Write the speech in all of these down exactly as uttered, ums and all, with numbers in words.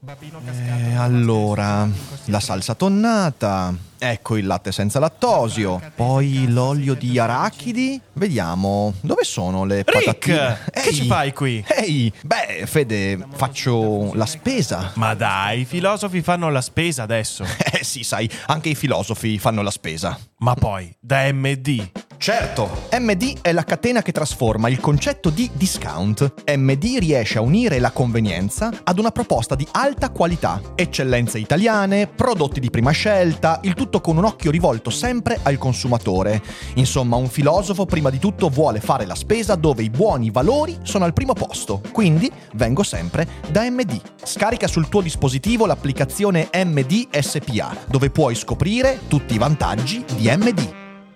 Eh, allora, la salsa tonnata, ecco il latte senza lattosio, poi l'olio di arachidi. Vediamo, dove sono le patatine? Rick, che ci fai qui? Ehi, beh, Fede, faccio la spesa. Ma dai, i filosofi fanno la spesa adesso. Eh sì, sai, anche i filosofi fanno la spesa. Ma poi, da M D. Certo, M D è la catena che trasforma il concetto di discount. M D riesce a unire la convenienza ad una proposta di alta qualità, eccellenze italiane, prodotti di prima scelta, il tutto con un occhio rivolto sempre al consumatore. Insomma, un filosofo prima di tutto vuole fare la spesa dove i buoni valori sono al primo posto. Quindi vengo sempre da M D. Scarica sul tuo dispositivo l'applicazione M D S P A, dove puoi scoprire tutti i vantaggi di M D.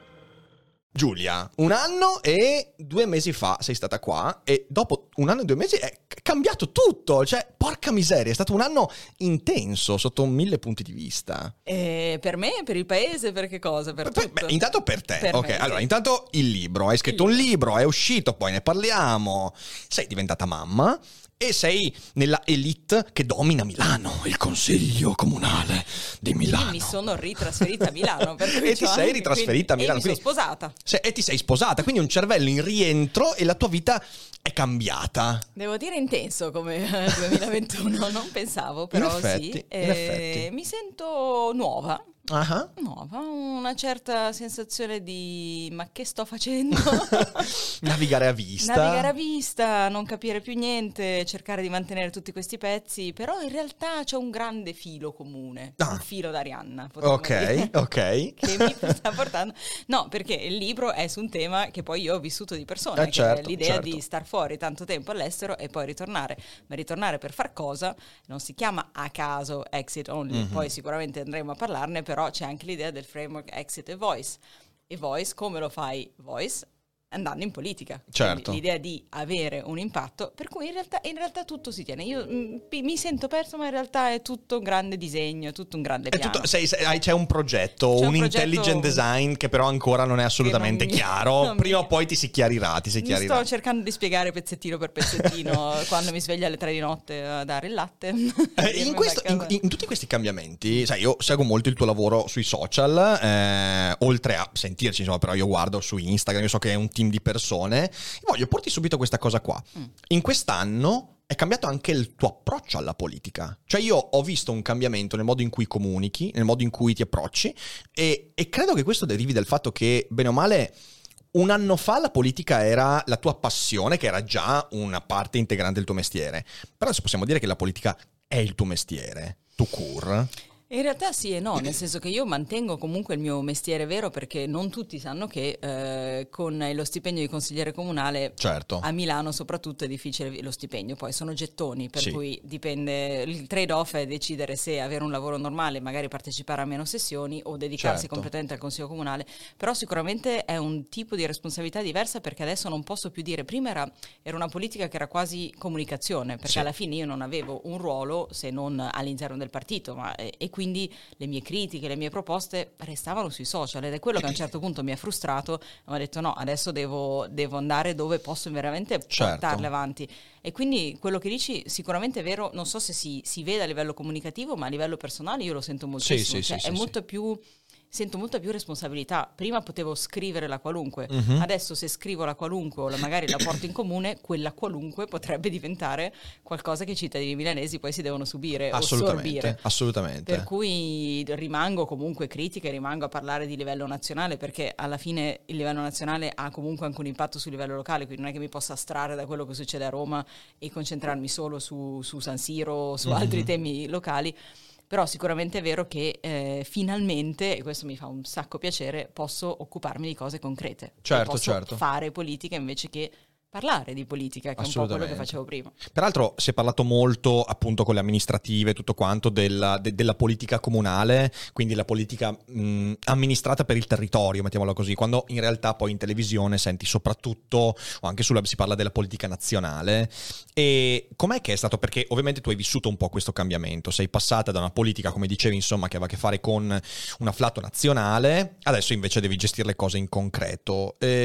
Giulia, un anno e due mesi fa sei stata qua e dopo un anno e due mesi è cambiato tutto, cioè porca miseria, è stato un anno intenso sotto mille punti di vista. E per me, per il paese, per che cosa? Per Beh, tutto? beh, intanto per te, Per ok, me, allora sì. intanto il libro, hai scritto un libro, è uscito, poi ne parliamo, sei diventata mamma e sei nella elite che domina Milano, il consiglio comunale di Milano. Io mi sono ritrasferita a Milano per cui E ti c'ho sei anche- ritrasferita a quindi- Milano, e mi sono quindi- sposata. Se- e ti sei sposata, quindi un cervello in rientro e la tua vita è cambiata. Devo dire intenso come eh, duemilaventuno, non pensavo, però In effetti, sì. in Eh, effetti. Mi sento nuova. Ah. Nuova, una certa sensazione di ma che sto facendo? Navigare a vista. Navigare a vista, non capire più niente, cercare di mantenere tutti questi pezzi, però in realtà c'è un grande filo comune, Ah. un filo d'Arianna, potremmo Ok, dire, ok. che mi sta portando. No, perché il libro è su un tema che poi io ho vissuto di persona, Eh, che certo, è l'idea certo. di star fuori tanto tempo all'estero e poi ritornare. Ma ritornare per far cosa? Non si chiama a caso Exit Only, Mhm. poi sicuramente andremo a parlarne, però c'è anche l'idea del framework Exit e Voice. E Voice, come lo fai Voice? Andando in politica. Certo. Quindi l'idea di avere un impatto, per cui in realtà, in realtà tutto si tiene. Io mm, pi- mi sento perso, ma in realtà è tutto un grande disegno, è tutto un grande È piano. tutto- sei- sei- hai- c'è un progetto, C'è un, un progetto intelligent design che però ancora non è assolutamente che non mi- chiaro. non mi- Prima o poi ti si chiarirà, ti si Mi chiarirà. sto cercando di spiegare pezzettino per pezzettino quando mi sveglio alle tre di notte a dare il latte. Eh, in, questo- in- in tutti questi cambiamenti, sai, io seguo molto il tuo lavoro sui social, eh, oltre a sentirci, insomma, però io guardo su Instagram, io so che è un team di persone. Voglio porti subito questa cosa qua. Mm. In quest'anno è cambiato anche il tuo approccio alla politica. Cioè io ho visto un cambiamento nel modo in cui comunichi, nel modo in cui ti approcci e, e credo che questo derivi dal fatto che, bene o male, un anno fa la politica era la tua passione, che era già una parte integrante del tuo mestiere. Però adesso possiamo dire che la politica è il tuo mestiere, tout court. In realtà sì e no, nel senso che io mantengo comunque il mio mestiere vero, perché non tutti sanno che eh, con lo stipendio di consigliere comunale Certo. a Milano soprattutto è difficile lo stipendio, poi sono gettoni, per Sì. cui dipende, il trade-off è decidere se avere un lavoro normale, magari partecipare a meno sessioni o dedicarsi Certo. completamente al consiglio comunale, però sicuramente è un tipo di responsabilità diversa, perché adesso non posso più dire, prima era, era una politica che era quasi comunicazione, perché Sì. alla fine io non avevo un ruolo se non all'interno del partito, ma, e, e quindi le mie critiche, le mie proposte restavano sui social, ed è quello che a un certo punto mi ha frustrato. Ho detto no, adesso devo, devo andare dove posso veramente Certo. portarle avanti. E quindi quello che dici sicuramente è vero, non so se si, si vede a livello comunicativo, ma a livello personale io lo sento moltissimo. sì, Cioè, sì, è sì, molto più... Sento molta più responsabilità. Prima potevo scrivere la qualunque, Mhm. adesso se scrivo la qualunque o la- magari la porto in comune, quella qualunque potrebbe diventare qualcosa che i cittadini milanesi poi si devono subire o Assolutamente, sorbire. assolutamente. Per cui rimango comunque critica e rimango a parlare di livello nazionale, perché alla fine il livello nazionale ha comunque anche un impatto sul livello locale, quindi non è che mi possa astrarre da quello che succede a Roma e concentrarmi solo su, su San Siro o su Mhm. altri temi locali. Però sicuramente è vero che eh, finalmente, e questo mi fa un sacco piacere, posso occuparmi di cose concrete. Certo, E posso certo. fare politica invece che parlare di politica, che è un po' quello che facevo prima. Peraltro si è parlato molto appunto con le amministrative e tutto quanto della, de- della politica comunale, quindi la politica mh, amministrata per il territorio, mettiamola così, quando in realtà poi in televisione senti soprattutto, o anche sulla si parla della politica nazionale. E com'è che è stato? Perché ovviamente tu hai vissuto un po' questo cambiamento, sei passata da una politica, come dicevi, insomma, che aveva a che fare con un afflato nazionale, adesso invece devi gestire le cose in concreto. E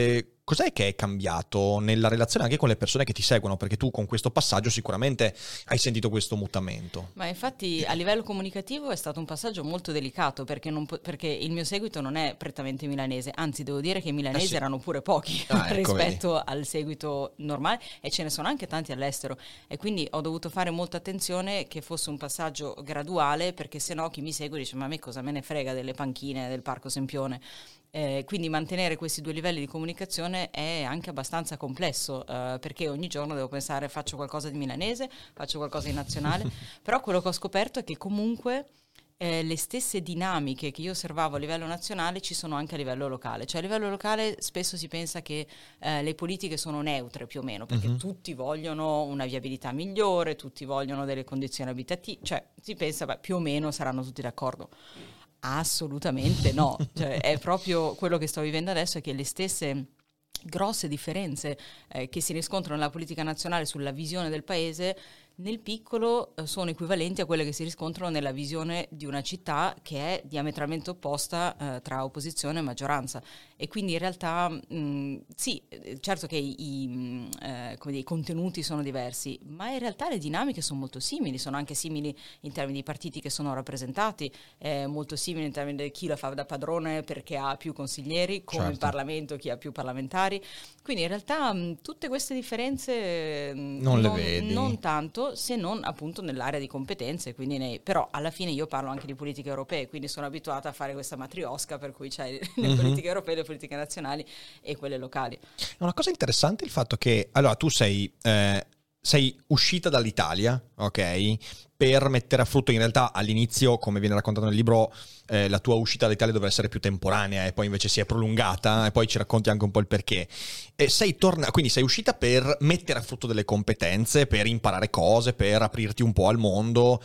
cos'è che è cambiato nella relazione anche con le persone che ti seguono? Perché tu con questo passaggio sicuramente hai sentito questo mutamento. Ma infatti a livello comunicativo è stato un passaggio molto delicato, perché, non po- perché il mio seguito non è prettamente milanese, anzi devo dire che i milanesi Eh sì. erano pure pochi Ah, ecco, rispetto vedi. al seguito normale, e ce ne sono anche tanti all'estero, e quindi ho dovuto fare molta attenzione che fosse un passaggio graduale, perché sennò chi mi segue dice ma a me cosa me ne frega delle panchine del Parco Sempione. Eh, quindi mantenere questi due livelli di comunicazione è anche abbastanza complesso, eh, perché ogni giorno devo pensare faccio qualcosa di milanese, faccio qualcosa di nazionale, però quello che ho scoperto è che comunque eh, le stesse dinamiche che io osservavo a livello nazionale ci sono anche a livello locale. Cioè a livello locale spesso si pensa che eh, le politiche sono neutre più o meno, perché Mhm. tutti vogliono una viabilità migliore, tutti vogliono delle condizioni abitative, cioè si pensa beh, più o meno saranno tutti d'accordo. Assolutamente no, cioè, è proprio quello che sto vivendo adesso, è che le stesse grosse differenze eh, che si riscontrano nella politica nazionale sulla visione del paese nel piccolo eh, sono equivalenti a quelle che si riscontrano nella visione di una città che è diametralmente opposta eh, tra opposizione e maggioranza, e quindi in realtà mh, sì, eh, certo che i, i, mh, eh, come dire, i contenuti sono diversi, ma in realtà le dinamiche sono molto simili, sono anche simili in termini di partiti che sono rappresentati, eh, molto simili in termini di chi la fa da padrone perché ha più consiglieri, come in Certo. Parlamento chi ha più parlamentari, quindi in realtà mh, tutte queste differenze mh, Non le vedi. non tanto, se non appunto nell'area di competenze, quindi nei, però alla fine io parlo anche di politiche europee, quindi sono abituata a fare questa matriosca per cui c'hai le Mhm. politiche europee, le politiche nazionali e quelle locali. È una cosa interessante il fatto che, allora, tu sei, eh, sei uscita dall'Italia, ok? Per mettere a frutto, in realtà all'inizio, come viene raccontato nel libro, eh, la tua uscita dall'Italia doveva essere più temporanea e poi invece si è prolungata, e poi ci racconti anche un po' il perché. E sei torna- quindi sei uscita per mettere a frutto delle competenze, per imparare cose, per aprirti un po' al mondo.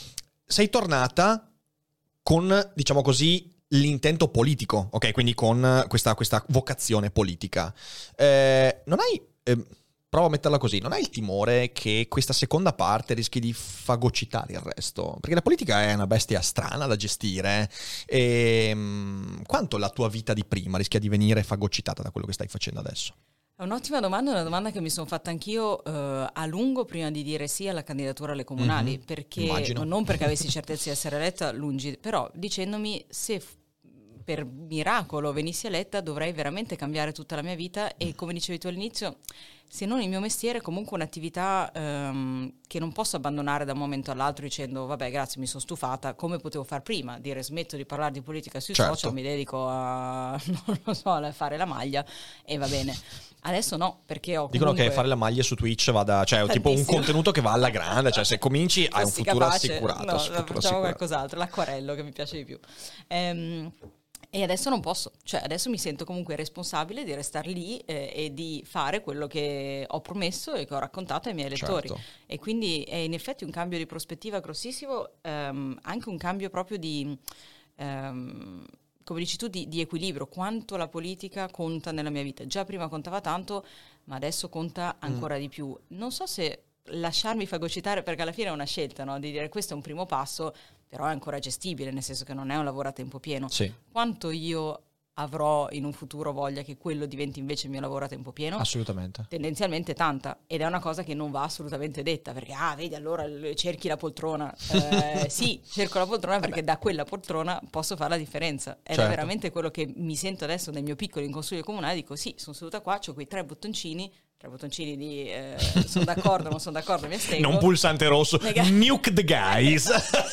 Sei tornata con, diciamo così, l'intento politico, ok? Quindi con questa, questa vocazione politica. Eh, non hai, eh, provo a metterla così, non hai il timore che questa seconda parte rischi di fagocitare il resto? Perché la politica è una bestia strana da gestire. E mh, quanto la tua vita di prima rischia di venire fagocitata da quello che stai facendo adesso? È un'ottima domanda, è una domanda che mi sono fatta anch'io eh, a lungo prima di dire sì alla candidatura alle comunali, Mhm, perché immagino. non perché avessi certezza di essere eletta, lungi, però dicendomi se f- per miracolo venissi eletta dovrei veramente cambiare tutta la mia vita, e come dicevi tu all'inizio, se non il mio mestiere, comunque un'attività ehm, che non posso abbandonare da un momento all'altro dicendo vabbè grazie, mi sono stufata, come potevo far prima, dire smetto di parlare di politica sui Certo. social, mi dedico a non lo so, a fare la maglia e va bene. Adesso no, perché ho Dicono comunque... che fare la maglia su Twitch vada, cioè è tipo un Tantissimo. contenuto che va alla grande, cioè se cominci hai un Fossi futuro capace, assicurato. no, un futuro facciamo assicurato. qualcos'altro, l'acquarello che mi piace di più. Ehm, e adesso non posso, cioè adesso mi sento comunque responsabile di restare lì eh, e di fare quello che ho promesso e che ho raccontato ai miei elettori. Certo. E quindi è in effetti un cambio di prospettiva grossissimo, ehm, anche un cambio proprio di... ehm, come dici tu, di, di equilibrio, quanto la politica conta nella mia vita. Già prima contava tanto, ma adesso conta ancora mm. di più. Non so se lasciarmi fagocitare, perché alla fine è una scelta, no? Di dire questo è un primo passo, però è ancora gestibile, nel senso che non è un lavoro a tempo pieno. Sì. Quanto io avrò in un futuro voglia che quello diventi invece il mio lavoro a tempo pieno? Assolutamente. Tendenzialmente tanta, ed è una cosa che non va assolutamente detta, perché ah vedi allora cerchi la poltrona. Eh, sì, cerco la poltrona perché da quella poltrona posso fare la differenza, ed Certo. è veramente quello che mi sento adesso nel mio piccolo in consiglio comunale. Dico sì, sono seduta qua, ho quei tre bottoncini tre bottoncini di eh, sono d'accordo, non sono d'accordo, mi astengo. Non pulsante rosso, Nega- nuke the guys.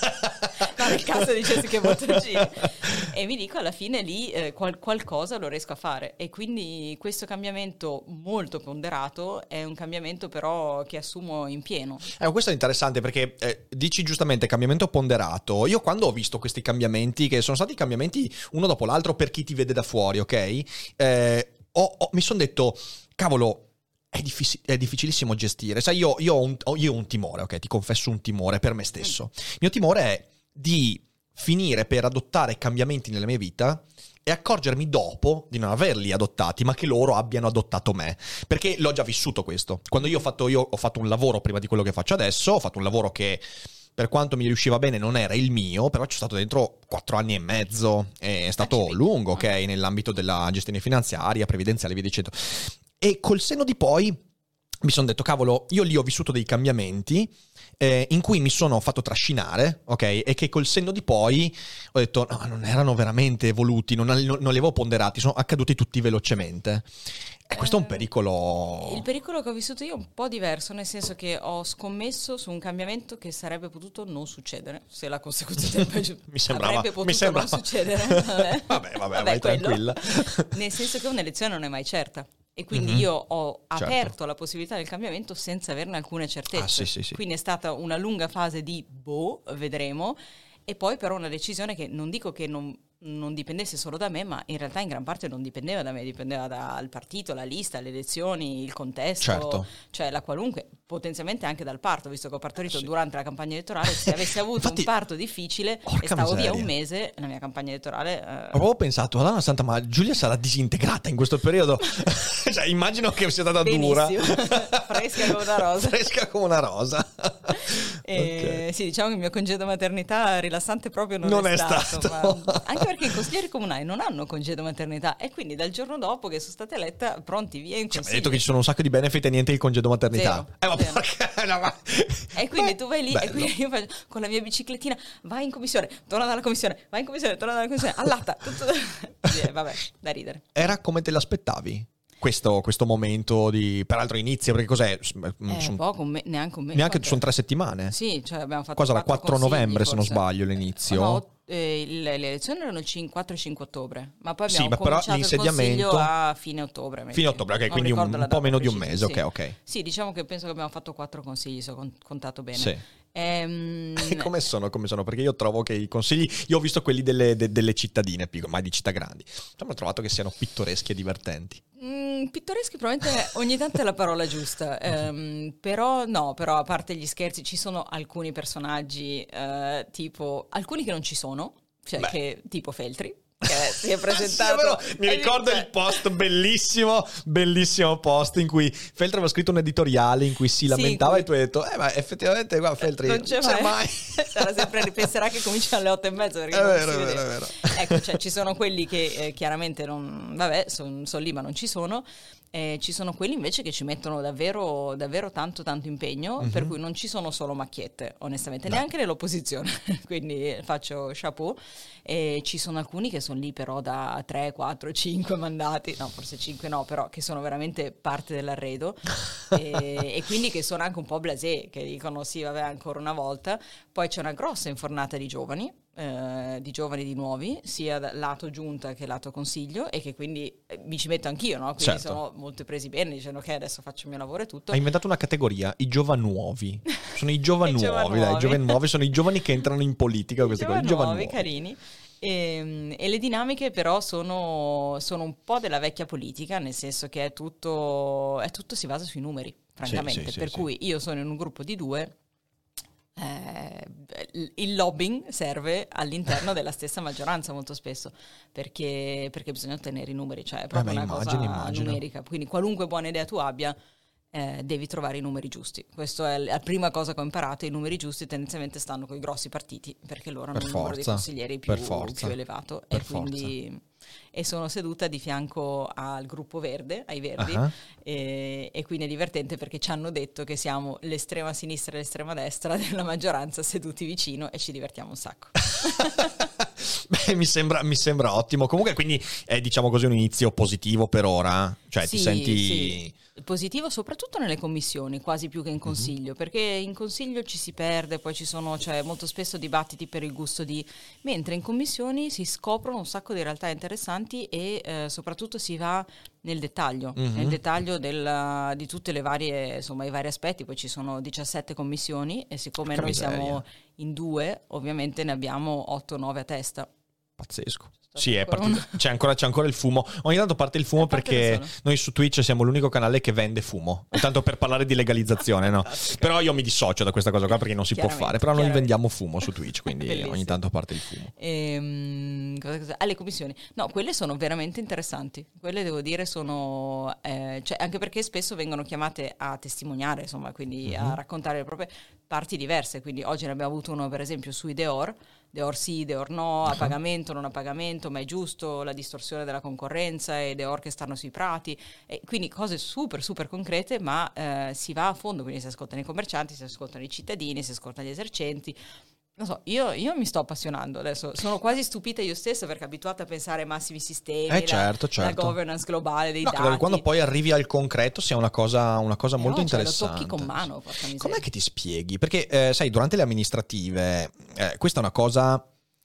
No, nel caso dicessi che bottoncini. E mi dico alla fine lì eh, qual- qualcosa lo riesco a fare, e quindi questo cambiamento molto ponderato è un cambiamento però che assumo in pieno. Eh, questo è interessante perché eh, dici giustamente cambiamento ponderato. Io quando ho visto questi cambiamenti, che sono stati cambiamenti uno dopo l'altro per chi ti vede da fuori, ok? Eh, ho- ho- mi sono detto, cavolo, È, diffic- è difficilissimo gestire. Sai, io, io, ho un, io ho un timore, ok? Ti confesso un timore per me stesso. Il mio timore è di finire per adottare cambiamenti nella mia vita e accorgermi dopo di non averli adottati, ma che loro abbiano adottato me. Perché l'ho già vissuto questo. Quando io ho fatto, io ho fatto un lavoro prima di quello che faccio adesso, ho fatto un lavoro che per quanto mi riusciva bene non era il mio, però ci sono stato dentro quattro anni e mezzo, è stato Accidenti. lungo, ok, nell'ambito della gestione finanziaria, previdenziale, via dicendo. E col senno di poi mi sono detto, cavolo, io lì ho vissuto dei cambiamenti eh, in cui mi sono fatto trascinare, ok? E che col senno di poi ho detto, no, non erano veramente evoluti, non, non, non li avevo ponderati, sono accaduti tutti velocemente. E questo è un pericolo... Il pericolo che ho vissuto io è un po' diverso, nel senso che ho scommesso su un cambiamento che sarebbe potuto non succedere, se la consecuzione del peggio mi sembrava, avrebbe potuto mi sembrava. non succedere. Vabbè, vabbè, vabbè, vabbè vai quello. tranquilla. Nel senso che un'elezione non è mai certa. E quindi Mm-hmm. io ho Certo. aperto la possibilità del cambiamento senza averne alcune certezze. Ah, sì, sì, sì. Quindi è stata una lunga fase di boh, vedremo, e poi però una decisione che non dico che non, non dipendesse solo da me, ma in realtà in gran parte non dipendeva da me, dipendeva dal partito, la lista, le elezioni, il contesto, Certo. cioè la qualunque, potenzialmente anche dal parto, visto che ho partorito Sì. durante la campagna elettorale. Se avessi avuto Infatti, un parto difficile e porca stavo miseria. via un mese, la mia campagna elettorale... eh, Ho proprio pensato, Madonna Santa, ma Giulia sarà disintegrata in questo periodo. Cioè, immagino che sia stata dura. benissimo, fresca come una rosa. Fresca come una rosa. E, Ok. sì, diciamo che il mio congedo maternità rilassante proprio non, Non è, è stato, stato. ma- anche perché i consiglieri comunali non hanno congedo maternità, e quindi dal giorno dopo che sono stata eletta, pronti via in Cioè, mi hai consiglio. detto che ci sono un sacco di benefit e niente il congedo maternità. Zero, eh, ma zero. perché? No, ma... E quindi Beh, tu vai lì bello. e quindi io faccio con la mia biciclettina, vai in commissione, torna dalla commissione, vai in commissione, torna dalla commissione, all'atta, tutto... Sì, vabbè, da ridere. Era come te l'aspettavi? Questo, questo momento di... Peraltro inizia, perché cos'è? Eh, Son- poco, un me- neanche un mese. neanche quanto sono è? tre settimane. Sì, cioè abbiamo fatto Cosa, da quattro quattro consigli, novembre, se non forse. sbaglio, l'inizio? No, eh, il- le elezioni erano il cin- quattro e cinque ottobre, ma poi Sì, abbiamo ma però cominciato il l'insediamento- consiglio a fine ottobre. mi Fine pare. ottobre, ok, Non quindi un, ricordo la un po' data meno di un precisa, mese, sì. ok, ok. Sì, diciamo che penso che abbiamo fatto quattro consigli, se ho con- contato bene. Sì. Ehm, E come sono, come sono? Perché io trovo che i consigli... Io ho visto quelli delle, de- delle cittadine, piccole, mai di città grandi. Ho trovato che siano pittoreschi e divertenti. Mm, pittoreschi probabilmente ogni tanto è la parola giusta, ehm, però no, però a parte gli scherzi ci sono alcuni personaggi eh, tipo, alcuni che non ci sono, cioè Beh. che, tipo Feltri, che si è Sì, presentato... è vero. Mi e ricordo cioè, il post bellissimo, bellissimo post in cui Feltri aveva scritto un editoriale in cui si lamentava in e tu hai detto, eh ma effettivamente qua Feltri non c'è mai, mai. sarà sempre, penserà che comincia alle otto e mezza perché È non vero, si è vede. vero, è vero. Ecco, cioè ci sono quelli che eh, chiaramente non, vabbè, sono son lì ma non ci sono. Eh, ci sono quelli invece che ci mettono davvero, davvero tanto tanto impegno, Mhm. per cui non ci sono solo macchiette, onestamente, No. neanche nell'opposizione, quindi faccio chapeau. E ci sono alcuni che sono lì però da tre, quattro, cinque mandati, no forse cinque no, però che sono veramente parte dell'arredo e, e quindi che sono anche un po' blasé, che dicono sì vabbè ancora una volta. Poi c'è una grossa infornata di giovani, eh, di giovani di nuovi, sia da lato giunta che lato consiglio, e che quindi eh, mi ci metto anch'io, no? Quindi Certo. sono molto presi bene, dicendo che adesso faccio il mio lavoro e tutto. Hai inventato una categoria, i giovanuovi. Sono i giovanuovi, I dai, i giovanuovi. giovani nuovi sono i giovani che entrano in politica, queste cose, i Giovanuovi, giovanuovi. carini. E, e le dinamiche però sono, sono un po' della vecchia politica, nel senso che è tutto, è tutto si basa sui numeri, francamente. sì, sì, per sì. cui io sono in un gruppo di due, eh, il lobbying serve all'interno della stessa maggioranza molto spesso, perché, perché bisogna ottenere i numeri, cioè è proprio beh, una immagino, cosa immagino. numerica. Quindi qualunque buona idea tu abbia, eh, devi trovare i numeri giusti. Questa è la prima cosa che ho imparato. I numeri giusti tendenzialmente stanno con i grossi partiti, perché loro hanno Per il numero di forza, consiglieri più, per forza, più elevato, per e quindi e sono seduta di fianco al gruppo verde, ai verdi, Ah. e, e quindi è divertente perché ci hanno detto che siamo l'estrema sinistra e l'estrema destra della maggioranza seduti vicino, e ci divertiamo un sacco. Beh, mi sembra, mi sembra ottimo. Comunque, quindi è, diciamo così, un inizio positivo per ora. Cioè, ti Sì, senti... sì. Positivo soprattutto nelle commissioni, quasi più che in consiglio, perché in consiglio ci si perde, poi ci sono, cioè, molto spesso dibattiti per il gusto di, mentre in commissioni si scoprono un sacco di realtà interessanti e eh, soprattutto si va nel dettaglio, Mhm. nel dettaglio del, di tutte le varie, insomma, i vari aspetti. Poi ci sono diciassette commissioni e siccome Porca noi miseria. siamo in due, ovviamente ne abbiamo otto nove a testa. Pazzesco. Stato Sì, è ancora partito- una- c'è, ancora, c'è ancora il fumo. Ogni tanto parte il fumo Eh, parte perché da solo. noi su Twitch siamo l'unico canale che vende fumo. Intanto per parlare di legalizzazione, no? Fantastico. Però io mi dissocio da questa cosa qua perché non si può Chiaramente, fare. Però noi chiaramente. vendiamo fumo su Twitch, quindi Bellissimo. ogni tanto parte il fumo. Ehm, cosa- cosa- ah, le commissioni. No, quelle sono veramente interessanti. Quelle devo dire sono, eh, cioè, anche perché spesso vengono chiamate a testimoniare, insomma, quindi Mhm. a raccontare le proprie. parti diverse, quindi oggi ne abbiamo avuto uno per esempio sui Deor, Deor sì, Deor no, a pagamento, non a pagamento, ma è giusto, la distorsione della concorrenza e Deor che stanno sui prati, e quindi cose super super concrete, ma eh, si va a fondo, quindi si ascoltano i commercianti, si ascoltano i cittadini, si ascoltano gli esercenti. Non so, io, io mi sto appassionando adesso, sono quasi stupita io stessa perché abituata a pensare ai massimi sistemi, eh, certo, la, certo. la governance globale dei no, dati. Credo che quando poi arrivi al concreto sia una cosa, una cosa eh molto no, cioè, interessante. Lo tocchi con mano, porca miseria. Com'è che ti spieghi? Perché, eh, sai, durante le amministrative, eh, questa è una cosa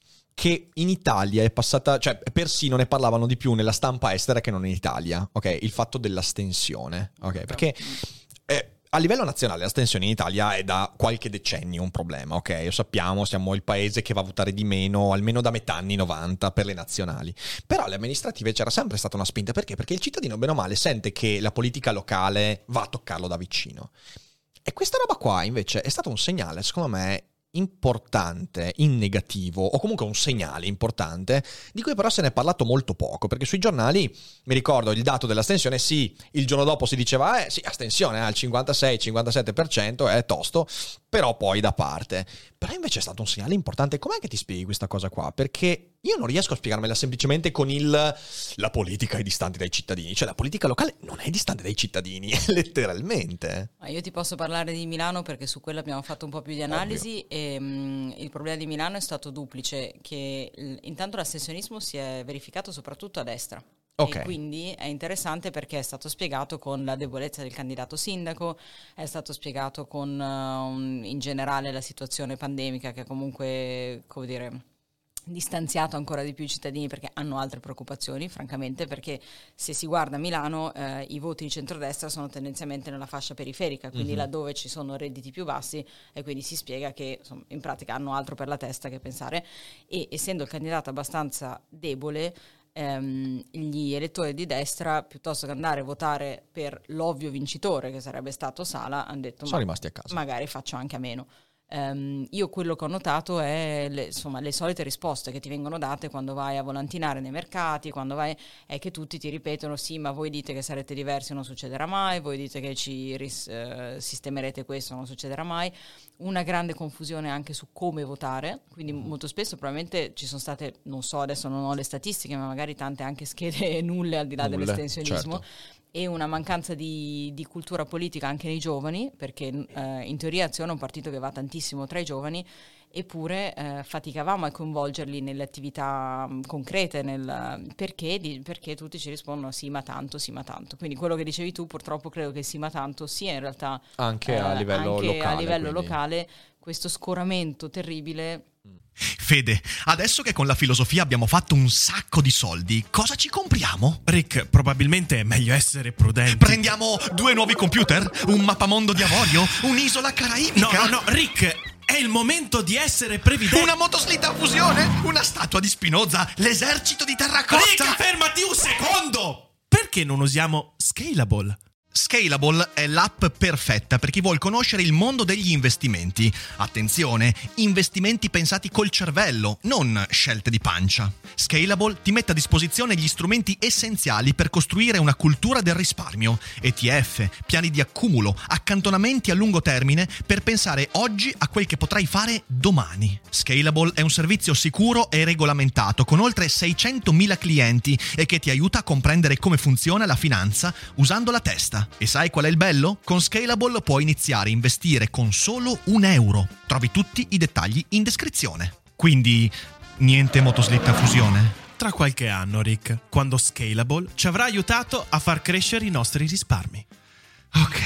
che in Italia è passata, cioè persino ne parlavano di più nella stampa estera che non in Italia, ok? Il fatto dell'astensione, ok? Perché... Eh, a livello nazionale l'astensione in Italia è da qualche decennio un problema, ok? Lo sappiamo, siamo il paese che va a votare di meno, almeno da metà anni novanta per le nazionali. Però alle amministrative c'era sempre stata una spinta, perché? Perché il cittadino, bene o male, sente che la politica locale va a toccarlo da vicino. E questa roba qua, invece, è stato un segnale, secondo me, importante, in negativo, o comunque un segnale importante, di cui però se ne è parlato molto poco, perché sui giornali, mi ricordo il dato dell'astensione, sì, il giorno dopo si diceva, eh sì, astensione, eh, al cinquantasei cinquantasette per cento è tosto, però poi da parte. Però invece è stato un segnale importante. Com'è che ti spieghi questa cosa qua? Perché io non riesco a spiegarmela semplicemente con il la politica è distante dai cittadini, cioè la politica locale non è distante dai cittadini, letteralmente. Ma io ti posso parlare di Milano perché su quello abbiamo fatto un po' più di analisi. Ovvio. E mh, il problema di Milano è stato duplice, che l- intanto l'astensionismo si è verificato soprattutto a destra. Okay. E quindi è interessante perché è stato spiegato con la debolezza del candidato sindaco, è stato spiegato con uh, in generale la situazione pandemica che comunque, come dire, distanziato ancora di più i cittadini perché hanno altre preoccupazioni, francamente, perché se si guarda a Milano eh, i voti di centrodestra sono tendenzialmente nella fascia periferica, quindi mm-hmm. laddove ci sono redditi più bassi, e quindi si spiega che insomma, in pratica hanno altro per la testa che pensare, e essendo il candidato abbastanza debole, ehm, gli elettori di destra, piuttosto che andare a votare per l'ovvio vincitore che sarebbe stato Sala, hanno detto sono ma rimasti a casa, magari faccio anche a meno. Um, io quello che ho notato è le, insomma, le solite risposte che ti vengono date quando vai a volantinare nei mercati, quando vai, è che tutti ti ripetono sì, ma voi dite che sarete diversi, non succederà mai, voi dite che ci ris- uh, sistemerete questo, non succederà mai. Una grande confusione anche su come votare, quindi molto spesso probabilmente ci sono state, non so, adesso non ho le statistiche, ma magari tante anche schede nulle al di là nulle, dell'estensionismo, certo. E una mancanza di, di cultura politica anche nei giovani, perché eh, in teoria Azione è un partito che va tantissimo tra i giovani, eppure eh, faticavamo a coinvolgerli nelle attività mh, concrete, nel, perché, di, perché tutti ci rispondono sì ma tanto, sì ma tanto. Quindi quello che dicevi tu, purtroppo credo che sì ma tanto sia in realtà anche eh, a livello anche locale, a livello quindi. locale questo scoramento terribile. Fede, adesso che con la filosofia abbiamo fatto un sacco di soldi, cosa ci compriamo? Rick, probabilmente è meglio essere prudenti. Prendiamo due nuovi computer? Un mappamondo di avorio? Un'isola caraibica? No, no, no, Rick, è il momento di essere previdenti. Una motoslitta a fusione? Una statua di Spinoza? L'esercito di terracotta? Rick, fermati un secondo! Perché non usiamo Scalable? Scalable è l'app perfetta per chi vuol conoscere il mondo degli investimenti. Attenzione, investimenti pensati col cervello, non scelte di pancia. Scalable ti mette a disposizione gli strumenti essenziali per costruire una cultura del risparmio, E T F, piani di accumulo, accantonamenti a lungo termine per pensare oggi a quel che potrai fare domani. Scalable è un servizio sicuro e regolamentato con oltre seicentomila clienti e che ti aiuta a comprendere come funziona la finanza usando la testa. E sai qual è il bello? Con Scalable puoi iniziare a investire con solo un euro. Trovi tutti i dettagli in descrizione. Quindi, niente motoslitta a fusione? Tra qualche anno, Rick, quando Scalable ci avrà aiutato a far crescere i nostri risparmi. Ok.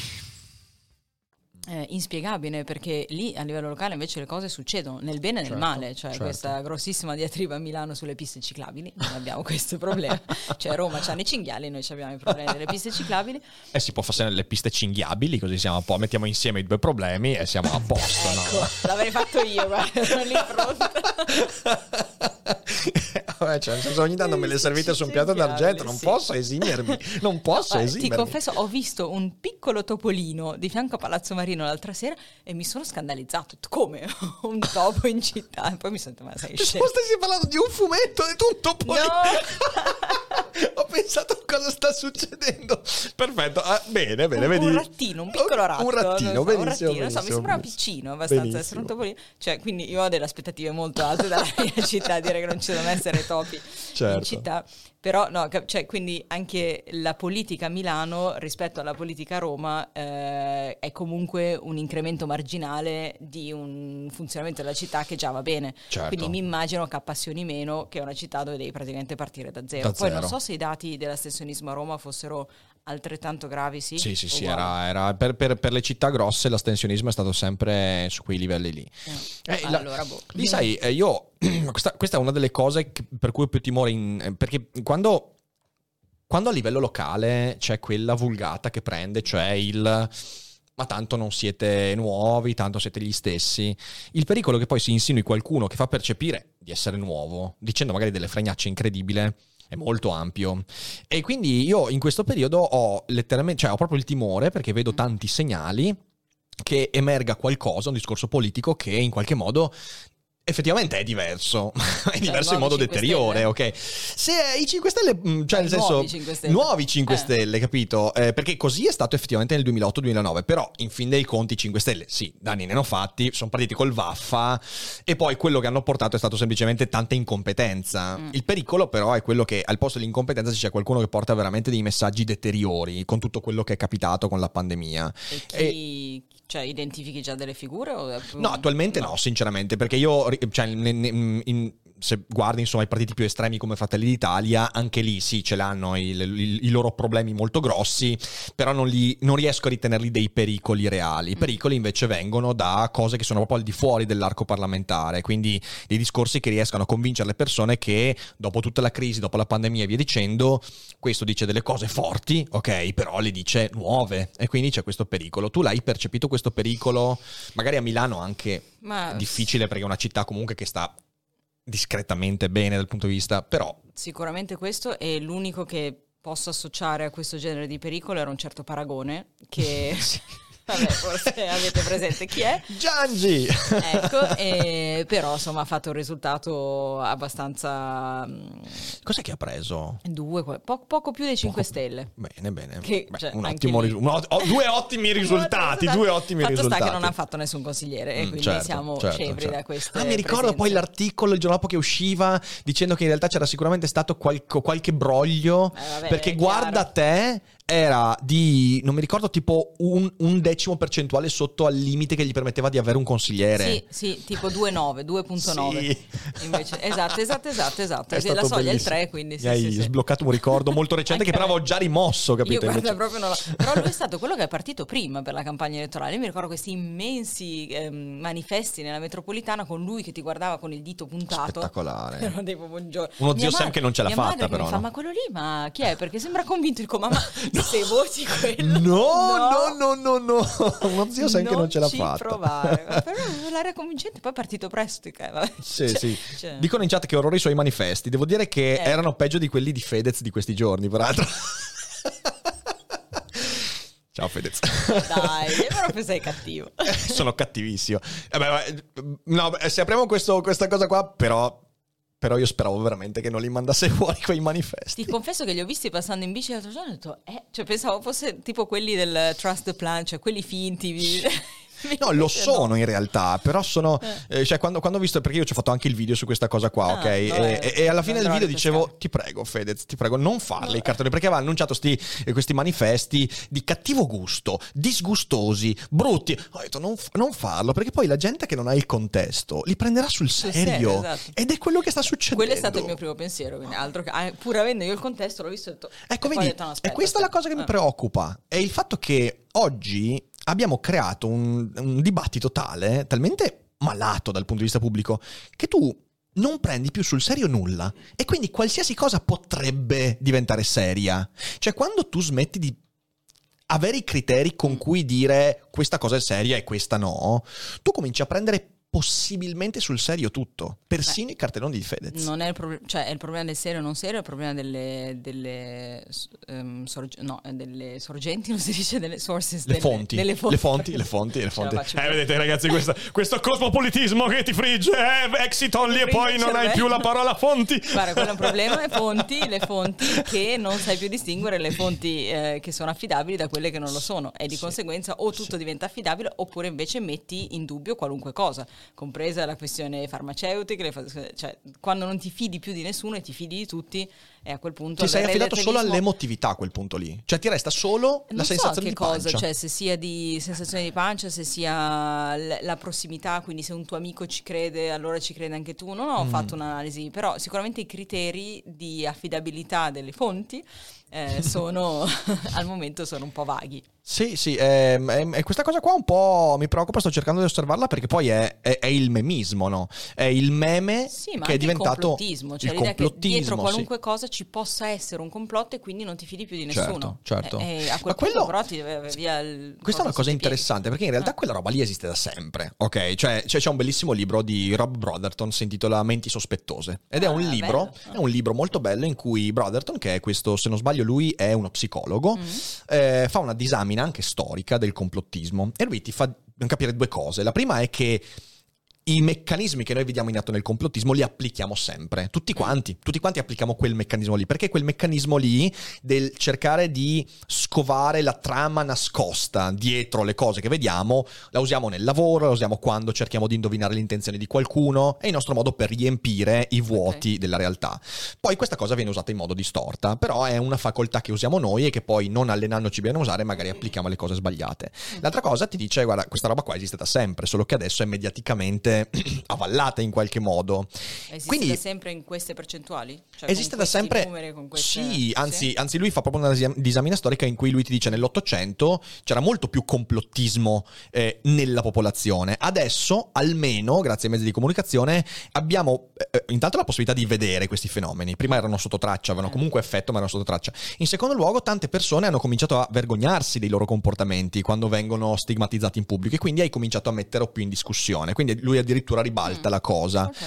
Eh, inspiegabile, perché lì a livello locale invece le cose succedono nel bene e nel certo, male, cioè certo. questa grossissima diatriba a Milano sulle piste ciclabili, non abbiamo questo problema, cioè Roma c'hanno i cinghiali, noi abbiamo i problemi delle piste ciclabili. E eh, si può fare le piste cinghiabili, così siamo un po', mettiamo insieme i due problemi e siamo a posto. Ecco, no? l'avrei fatto io, guarda, sono lì pronta. Vabbè, cioè, nel senso, ogni tanto me le servite su un piatto d'argento, non sì. posso esimermi, non posso No, esimermi. ti confesso, ho visto un piccolo topolino di fianco a Palazzo Marino l'altra sera e mi sono scandalizzato. Come? Un topo in città? E poi mi sento, ma sei scemo. Stai parlando di un fumetto e tu un topolino? No! Ho pensato cosa sta succedendo. Perfetto, ah, bene, bene, un, vedi. un rattino, un piccolo ratto. Un rattino, so, benissimo, un rattino, benissimo, so, mi sembrava benissimo. piccino, abbastanza Benissimo. essere un topolino. Cioè, quindi io ho delle aspettative molto alte dalla mia città, dire che non ci devono essere topi Certo. in città. Però no, cap- cioè, quindi anche la politica a Milano rispetto alla politica a Roma eh, è comunque un incremento marginale di un funzionamento della città che già va bene. Certo. Quindi mi immagino che appassioni meno che una città dove devi praticamente partire da zero. Da Poi zero. non so se i dati dell'astensionismo a Roma fossero altrettanto gravi, sì? Sì, sì, sì, Uguali. era, era per, per, per le città grosse l'astensionismo è stato sempre su quei livelli lì. Eh, Eh, la- allora, boh. Lì sai, eh, io questa, questa è una delle cose che- per cui ho più timore in- eh, perché quando, quando a livello locale c'è quella vulgata che prende, cioè il ma tanto non siete nuovi, tanto siete gli stessi, il pericolo è che poi si insinui qualcuno che fa percepire di essere nuovo, dicendo magari delle fregnacce incredibili, è molto ampio. E quindi io in questo periodo ho letteralmente, cioè ho proprio il timore, perché vedo tanti segnali che emerga qualcosa, un discorso politico che in qualche modo effettivamente è diverso, è diverso in modo nuovi cinque deteriore, Stelle. ok? Se i cinque Stelle, mh, cioè nel Nuovi senso cinque Stelle. nuovi cinque Eh. Stelle, capito? Eh, perché così è stato effettivamente nel duemilaotto duemilanove, però in fin dei conti i cinque Stelle, sì, danni ne hanno fatti, sono partiti col vaffa e poi quello che hanno portato è stato semplicemente tanta incompetenza. Mm. Il pericolo però è quello che al posto dell'incompetenza ci sia qualcuno che porta veramente dei messaggi deteriori con tutto quello che è capitato con la pandemia. E chi, cioè, identifichi già delle figure? O è più- No, attualmente no, sinceramente, perché io, cioè, ne- ne- in- se guardi insomma i partiti più estremi come Fratelli d'Italia, anche lì sì, ce l'hanno i, i- i loro problemi molto grossi, però non, li, non riesco a ritenerli dei pericoli reali. I pericoli invece vengono da cose che sono proprio al di fuori dell'arco parlamentare, quindi dei discorsi che riescano a convincere le persone che dopo tutta la crisi, dopo la pandemia e via dicendo, questo dice delle cose forti, ok, però le dice nuove, e quindi c'è questo pericolo. Tu l'hai percepito questo pericolo? Magari a Milano anche Ma difficile perché è una città comunque che sta discretamente bene dal punto di vista, però sicuramente questo è l'unico che posso associare a questo genere di pericolo era un certo Paragone che vabbè, forse avete presente chi è. Giangi! Ecco, e, però insomma ha fatto un risultato abbastanza mh, Cos'è che ha preso? due, po- poco più dei cinque Poco- Stelle. Bene, bene. Che, Beh, cioè, un anche ottimo lì. risu- un ot- oh, due ottimi risultati, due ottimi Fatto risultati. sta che non ha fatto nessun consigliere e Mm, quindi certo, siamo certo, scevri certo. da queste Ah, mi ricordo poi presenze. l'articolo il giorno dopo che usciva dicendo che in realtà c'era sicuramente stato qualco- qualche broglio, Eh, vabbè, perché è guarda chiaro. te era di, non mi ricordo, tipo un, un decimo percentuale sotto al limite che gli permetteva di avere un consigliere. Sì, sì, tipo due virgola nove, due virgola nove. Sì. Invece, esatto, esatto, esatto, esatto. È Sì, la stato soglia è il bellissimo. tre, quindi sì, Mi hai sì, sì. sbloccato un ricordo molto recente che Anche però a me. avevo già rimosso, capito? Io guarda Invece- proprio non lo... Però lui è stato quello che è partito prima per la campagna elettorale. Io mi ricordo questi immensi ehm, manifesti nella metropolitana con lui che ti guardava con il dito puntato. Spettacolare. Ero tipo, buongiorno. Uno Mia zio Sam madre- che non ce l'ha mia fatta, madre che però, mi fa, no? ma quello lì, ma chi è? Perché sembra convinto. Dico, mamma, se voti quello... No, no, no, no, no. Uno zio Sam che non ce l'ha ci fatta. provare. Ma però l'area convincente, poi è partito presto. che- vabbè. Sì, Cioè, sì. cioè- Dicono in chat che orrori i suoi manifesti. Devo dire che Eh. erano peggio di quelli di Fedez di questi giorni, peraltro. Ciao Fedez. Dai, proprio sei cattivo. Sono cattivissimo. Eh beh, beh, no, se apriamo questo- questa cosa qua, però, però io speravo veramente che non li mandasse fuori quei manifesti. Ti confesso che li ho visti passando in bici l'altro giorno e ho detto, eh, cioè pensavo fosse tipo quelli del Trust the Plan, cioè quelli finti. vi- No, lo Invece sono in realtà, però sono... Eh. eh, cioè quando, quando ho visto... Perché io ci ho fatto anche il video su questa cosa qua, Ah, ok? E, vabbè, e- e alla fine del andrò a video dicevo, ripescare. ti prego Fedez, ti prego, non farli i cartoni, perché aveva annunciato sti, eh, questi manifesti di cattivo gusto, disgustosi, brutti. Ho detto, non, f- non farlo, perché poi la gente che non ha il contesto li prenderà sul Sul serio. serio, esatto. Ed è quello che sta succedendo. Quello è stato il mio primo pensiero, quindi altro che, ah, pur avendo io il contesto l'ho visto e ho detto, Ecco, e poi ho vedi, detto, no, e aspetta, questa è la aspetta. cosa che mi Ah. preoccupa, è il fatto che oggi abbiamo creato un, un dibattito tale, talmente malato dal punto di vista pubblico, che tu non prendi più sul serio nulla e quindi qualsiasi cosa potrebbe diventare seria. Cioè quando tu smetti di avere i criteri con cui dire questa cosa è seria e questa no, tu cominci a prendere possibilmente sul serio tutto, persino Beh, i cartelloni di Fedez. Non è il problema, cioè è il problema del serio o non serio, è il problema delle delle, um, sorge- no, delle sorgenti, non si dice delle sources, le, delle, fonti, delle fonti, le fonti, le fonti, le fonti. Eh, vedete ragazzi, questo, questo cosmopolitismo che ti frigge, eh, exit only e poi non hai più la parola fonti. Guarda, quello è un problema, le fonti, le fonti che non sai più distinguere le fonti eh, che sono affidabili da quelle che non lo sono, e di sì. conseguenza o tutto sì. diventa affidabile, oppure invece metti in dubbio qualunque cosa, compresa la questione farmaceutica, le, cioè quando non ti fidi più di nessuno e ti fidi di tutti, e a quel punto ti sei affidato solo all'emotività a quel punto lì, cioè ti resta solo non la so sensazione che di cosa, pancia, cioè se sia di sensazione di pancia, se sia l- la prossimità, quindi se un tuo amico ci crede allora ci crede anche tu. Non ho mm. fatto un'analisi, però sicuramente i criteri di affidabilità delle fonti eh, sono al momento sono un po' vaghi. Sì, sì, e ehm, questa cosa qua un po' mi preoccupa, sto cercando di osservarla perché poi è, è, è il memismo, no? È il meme sì, ma che è diventato il complottismo, cioè il l'idea complottismo, che dietro qualunque sì. cosa ci possa essere un complotto e quindi non ti fidi più di nessuno. Certo, certo. E, e a quel ma quello, punto però ti deve via il questa è una cosa interessante perché in realtà eh. quella roba lì esiste da sempre, ok? Cioè, cioè c'è un bellissimo libro di Rob Brotherton, si intitola Menti sospettose ed è un ah, libro, bello. è un libro molto bello in cui Brotherton, che è questo, se non sbaglio lui è uno psicologo, mm. eh, fa una disamina anche storica del complottismo e lui ti fa capire due cose. La prima è che i meccanismi che noi vediamo in atto nel complottismo li applichiamo sempre, tutti quanti, tutti quanti applichiamo quel meccanismo lì, perché quel meccanismo lì del cercare di scovare la trama nascosta dietro le cose che vediamo, la usiamo nel lavoro, la usiamo quando cerchiamo di indovinare l'intenzione di qualcuno, è il nostro modo per riempire i vuoti okay. della realtà. Poi questa cosa viene usata in modo distorta, però è una facoltà che usiamo noi e che poi non allenandoci bene a usare magari applichiamo le cose sbagliate. L'altra cosa ti dice, guarda, questa roba qua esiste da sempre, solo che adesso è mediaticamente avallata in qualche modo. Esiste Quindi, da sempre in queste percentuali? Cioè esiste da sempre numeri, con queste... sì, anzi, sì, anzi lui fa proprio una disamina storica in cui lui ti dice nell'Ottocento c'era molto più complottismo eh, nella popolazione. Adesso, almeno grazie ai mezzi di comunicazione, abbiamo eh, intanto la possibilità di vedere questi fenomeni. Prima erano sotto traccia, avevano comunque effetto ma erano sotto traccia. In secondo luogo, tante persone hanno cominciato a vergognarsi dei loro comportamenti quando vengono stigmatizzati in pubblico e quindi hai cominciato a metterlo più in discussione. Quindi lui addirittura ribalta mm. la cosa. Okay.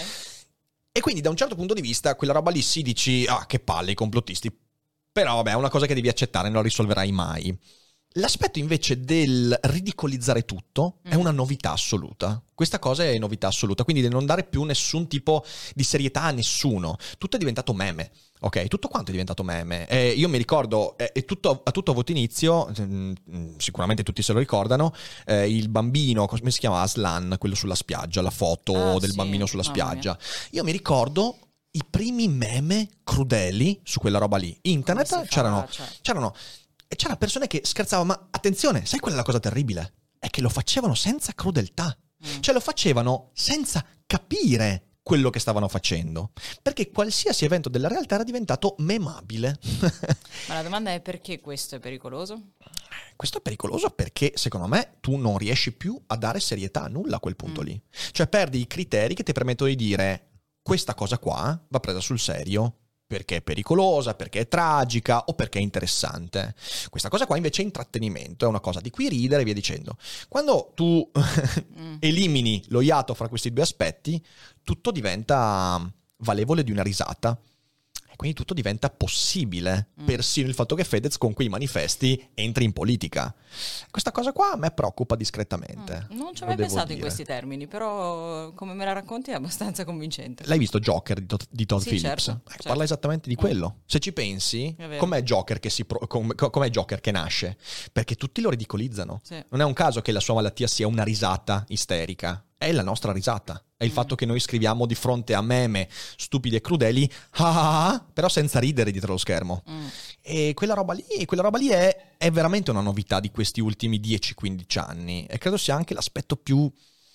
E quindi da un certo punto di vista quella roba lì si dici ah che palle i complottisti, però vabbè è una cosa che devi accettare, non la risolverai mai. L'aspetto invece del ridicolizzare tutto mm. è una novità assoluta. Questa cosa è novità assoluta, quindi di non dare più nessun tipo di serietà a nessuno. Tutto è diventato meme, ok? Tutto quanto è diventato meme. Eh, io mi ricordo, eh, è tutto, a tutto avuto inizio, mh, sicuramente tutti se lo ricordano, eh, il bambino, come si chiama? Aslan, quello sulla spiaggia, la foto ah, del sì. bambino sulla spiaggia. Io mi ricordo i primi meme crudeli su quella roba lì. Internet c'erano... Cioè. c'erano E c'erano persone che scherzavano, ma attenzione, sai qual è la cosa terribile? È che lo facevano senza crudeltà. Mm. Cioè lo facevano senza capire quello che stavano facendo. Perché qualsiasi evento della realtà era diventato memabile. Ma la domanda è perché questo è pericoloso? Questo è pericoloso perché, secondo me, tu non riesci più a dare serietà a nulla a quel punto mm. lì. Cioè perdi i criteri che ti permettono di dire questa cosa qua va presa sul serio, perché è pericolosa, perché è tragica o perché è interessante. Questa cosa qua invece è intrattenimento, è una cosa di cui ridere e via dicendo. Quando tu mm. elimini lo iato fra questi due aspetti, tutto diventa valevole di una risata. E quindi tutto diventa possibile, mm. persino il fatto che Fedez con quei manifesti entri in politica. Questa cosa qua a me preoccupa discretamente. Mm. Non ci ho mai pensato dire. in questi termini, però come me la racconti è abbastanza convincente. L'hai visto Joker di Todd, di Todd sì, Phillips? Certo, eh, certo. Parla esattamente di quello. Mm. Se ci pensi, com'è Joker che si pro- com- com'è Joker che nasce? Perché tutti lo ridicolizzano. Sì. Non è un caso che la sua malattia sia una risata isterica. È la nostra risata. È il mm. fatto che noi scriviamo di fronte a meme stupidi e crudeli, ah, ah, però senza ridere dietro lo schermo. Mm. E quella roba lì, quella roba lì è, è veramente una novità di questi ultimi dieci quindici anni. E credo sia anche l'aspetto più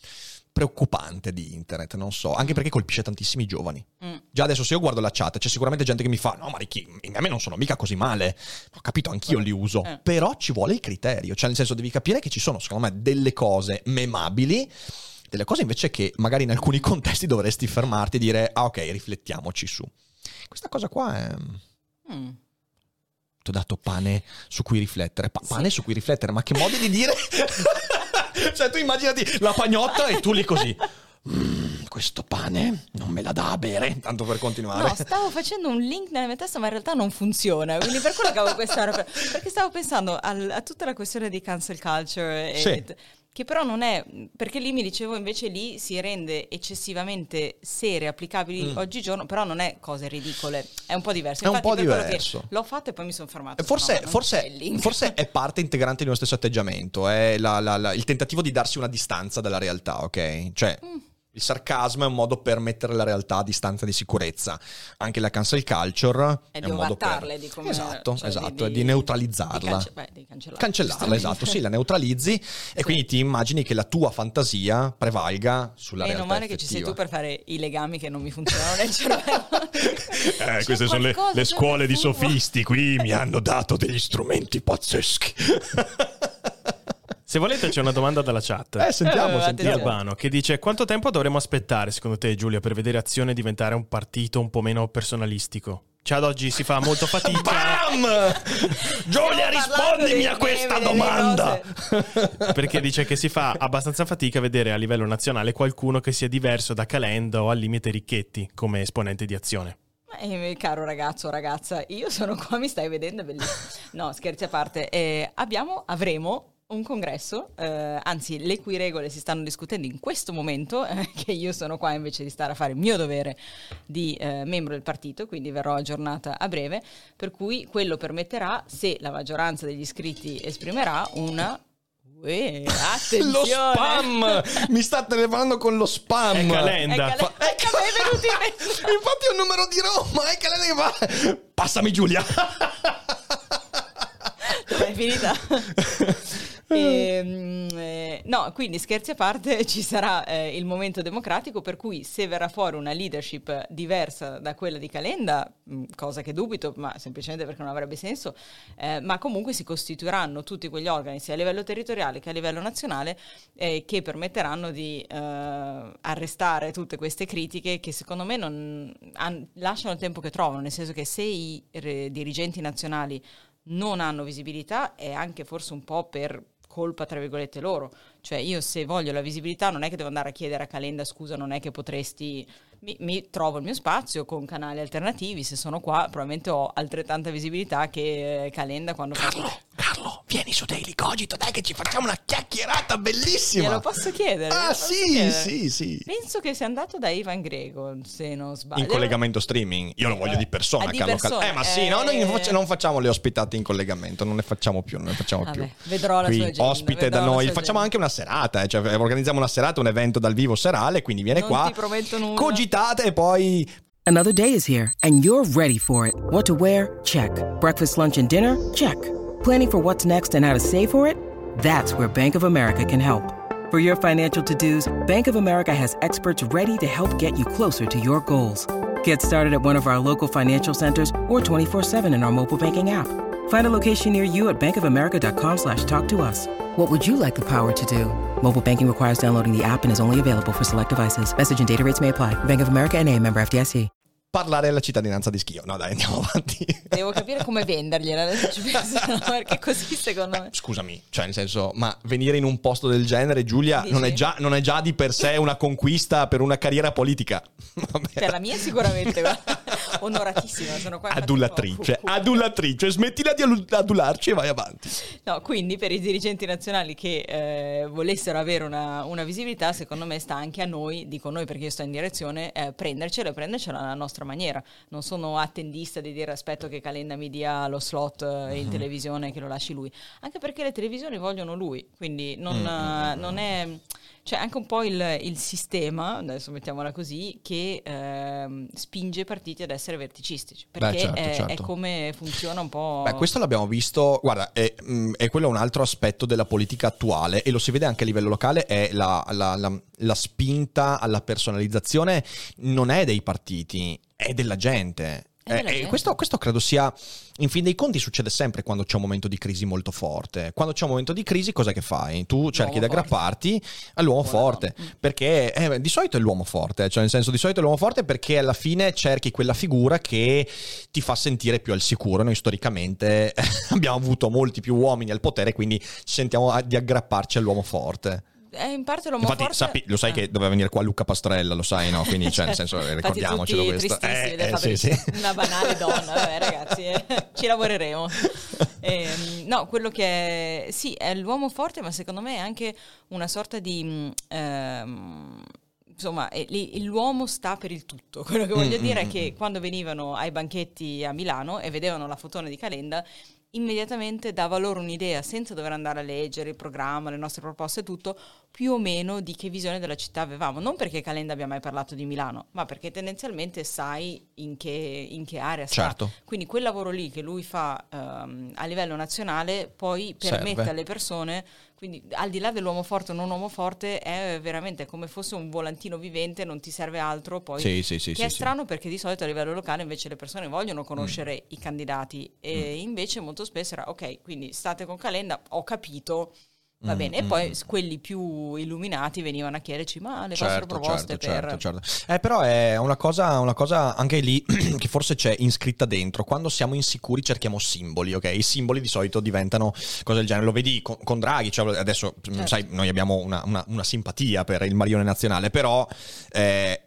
preoccupante di internet, non so, anche perché colpisce tantissimi giovani. Mm. Già adesso se io guardo la chat c'è sicuramente gente che mi fa no ma Ricky, a me non sono mica così male, ho capito, anch'io li uso, eh. però ci vuole il criterio, cioè nel senso devi capire che ci sono secondo me delle cose memabili, delle cose invece che magari in alcuni contesti dovresti fermarti e dire ah ok, riflettiamoci su. Questa cosa qua è... Mm. Ti ho dato pane su cui riflettere, pa- pane sì. su cui riflettere, ma che modo di dire... Cioè tu immaginati la pagnotta e tu lì così Mm, questo pane non me la dà a bere, tanto per continuare. No, stavo facendo un link nella mia testa, ma in realtà non funziona, quindi per quello che avevo questa ora, perché stavo pensando al, a tutta la questione di cancel culture, e, sì. che però non è, perché lì mi dicevo invece lì si rende eccessivamente serie, applicabili mm. oggigiorno, però non è cose ridicole, è un po' diverso. È Infatti, un po' per diverso. L'ho fatto e poi mi sono fermato. Forse, no, forse, è forse è parte integrante di uno stesso atteggiamento, è la, la, la, il tentativo di darsi una distanza dalla realtà, ok? Cioè... Mm. Il sarcasmo è un modo per mettere la realtà a distanza di sicurezza. Anche la cancel culture è, è di un modo per... di come... Esatto, cioè esatto, di, di, di neutralizzarla. Di, cance... Beh, di cancellarla. Cancellarla, esatto, sì, la neutralizzi e sì. Quindi ti immagini che la tua fantasia prevalga sulla Meno realtà male effettiva. Che ci sei tu per fare i legami che non mi funzionano nel cervello. Eh, queste sono le, le scuole di sofisti, qui mi hanno dato degli strumenti pazzeschi. Se volete c'è una domanda dalla chat. Eh, sentiamo, eh, sentiamo. Di Albano, che dice: quanto tempo dovremmo aspettare secondo te, Giulia, per vedere Azione diventare un partito un po' meno personalistico? Cioè ad oggi si fa molto fatica. Bam! Giulia, rispondimi a questa domanda. Perché dice che si fa abbastanza fatica a vedere a livello nazionale qualcuno che sia diverso da Calenda o al limite Ricchetti come esponente di Azione. Eh, caro ragazzo, ragazza, io sono qua, mi stai vedendo, è bellissimo. No, scherzi a parte, eh, abbiamo, avremo un congresso, eh, anzi le cui regole si stanno discutendo in questo momento, eh, che io sono qua invece di stare a fare il mio dovere di eh, membro del partito, quindi verrò aggiornata a breve, per cui quello permetterà, se la maggioranza degli iscritti esprimerà, una... Uè, attenzione! Lo spam! Mi sta telefonando con lo spam! È Calenda! È Calenda, Fa- ecco, è venuto in mente. Infatti è un numero di Roma, è Calenda che fa... Passami Giulia! È finita. E, eh, no, quindi scherzi a parte, ci sarà eh, il momento democratico, per cui se verrà fuori una leadership diversa da quella di Calenda, mh, cosa che dubito, ma semplicemente perché non avrebbe senso, eh, ma comunque si costituiranno tutti quegli organi sia a livello territoriale che a livello nazionale eh, che permetteranno di eh, arrestare tutte queste critiche che secondo me non han, lasciano il tempo che trovano, nel senso che se i re, dirigenti nazionali non hanno visibilità è anche forse un po' per colpa tra virgolette loro, cioè io se voglio la visibilità non è che devo andare a chiedere a Calenda scusa, non è che potresti, mi, mi trovo il mio spazio con canali alternativi, se sono qua probabilmente ho altrettanta visibilità che Calenda quando Carlo, fa... Carlo, vieni su Daily Cogito, dai che ci facciamo una chiacchierata bellissima. Glielo posso chiedere? Ah posso sì, chiedere? sì, sì. Penso che sia andato da Ivan Grego, se non sbaglio. In collegamento streaming, io lo voglio di persona, Ah, di Carlo persona, Cal- Eh ma sì, no, noi eh. non facciamo, non facciamo le ospitate in collegamento, non ne facciamo più, non ne facciamo Vabbè, più. vedrò la Qui, sua agenda, ospite vedrò da la noi, sua facciamo agenda. anche una serata, eh, cioè organizziamo una serata, un evento dal vivo serale, quindi viene Non qua, ti prometto nulla. cogitate e poi... Another day is here, and you're ready for it. What to wear? Check. Breakfast, lunch, and dinner? Check. Planning for what's next and how to save for it? That's where Bank of America can help. For your financial to-dos, Bank of America has experts ready to help get you closer to your goals. Get started at one of our local financial centers or twenty-four seven in our mobile banking app. Find a location near you at bankofamerica.com slash talk to us. What would you like the power to do? Mobile banking requires downloading the app and is only available for select devices. Message and data rates may apply. Bank of America N A, member F D I C. Parlare della cittadinanza di Schio. No dai, andiamo avanti. Devo capire come vendergliela, adesso ci penso, no, perché così secondo me... Scusami, cioè nel senso, ma venire in un posto del genere, Giulia, Dici? non è, già, non è già di per sé una conquista per una carriera politica. Vabbè. Per la mia sicuramente, guarda. Onoratissima, sono qua. infatti, Adulatrice, oh, uh, uh. adulatrice, smettila di adularci e vai avanti. No, quindi per i dirigenti nazionali che eh, volessero avere una, una visibilità, secondo me sta anche a noi, dico noi perché io sto in direzione, eh, prendercela e prendercela alla nostra maniera. Non sono attendista di dire aspetto che Calenda mi dia lo slot eh, in televisione e che lo lasci lui, anche perché le televisioni vogliono lui, quindi non, mm. uh, non è... C'è anche un po' il, il sistema, adesso mettiamola così, che ehm, spinge i partiti ad essere verticistici, perché Beh, certo, è, certo. è come funziona un po'... Beh, questo l'abbiamo visto, guarda, è, mh, è quello un altro aspetto della politica attuale e lo si vede anche a livello locale, è la, la, la, la spinta alla personalizzazione non è dei partiti, è della gente. Eh, e questo, questo credo sia, in fin dei conti succede sempre quando c'è un momento di crisi molto forte. Quando c'è un momento di crisi cos'è che fai? Tu cerchi di aggrapparti all'uomo forte, perché eh, di solito è l'uomo forte, cioè nel senso di solito è l'uomo forte perché alla fine cerchi quella figura che ti fa sentire più al sicuro. Noi storicamente abbiamo avuto molti più uomini al potere, quindi ci sentiamo di aggrapparci all'uomo forte. Eh, in parte l'uomo Infatti, forte... sappi, lo sai eh. che doveva venire qua Luca Pastrella, lo sai, no? Quindi, cioè, nel senso, ricordiamocelo questo. Eh, Eh, eh, sì, sì. Una banale donna, vabbè ragazzi, eh, ci lavoreremo. Eh, no, quello che è... Sì, è l'uomo forte, ma secondo me è anche una sorta di... Ehm, insomma, è, l'uomo sta per il tutto. Quello che voglio mm, dire mm, è che mm. quando venivano ai banchetti a Milano e vedevano la fotona di Calenda, immediatamente dava loro un'idea, senza dover andare a leggere il programma, le nostre proposte e tutto, più o meno di che visione della città avevamo. Non perché Calenda abbia mai parlato di Milano, ma perché tendenzialmente sai in che, in che area sta. Certo. Quindi quel lavoro lì che lui fa um, a livello nazionale poi permette Serve. alle persone, quindi al di là dell'uomo forte o non uomo forte, è veramente come fosse un volantino vivente, non ti serve altro. Poi sì, sì, sì, che sì, è sì. strano perché di solito a livello locale invece le persone vogliono conoscere mm. i candidati e mm. invece molto spesso era ok, quindi state con Calenda, ho capito, va mm, bene. E mm, poi mm. quelli più illuminati venivano a chiederci ma le certo, vostre proposte certo, per... certo, certo. Eh, però è una cosa, una cosa anche lì che forse c'è iscritta dentro. Quando siamo insicuri cerchiamo simboli, ok? I simboli di solito diventano cose del genere. Lo vedi con, con Draghi, cioè adesso certo. sai, noi abbiamo una, una, una simpatia per il Marione Nazionale, però eh,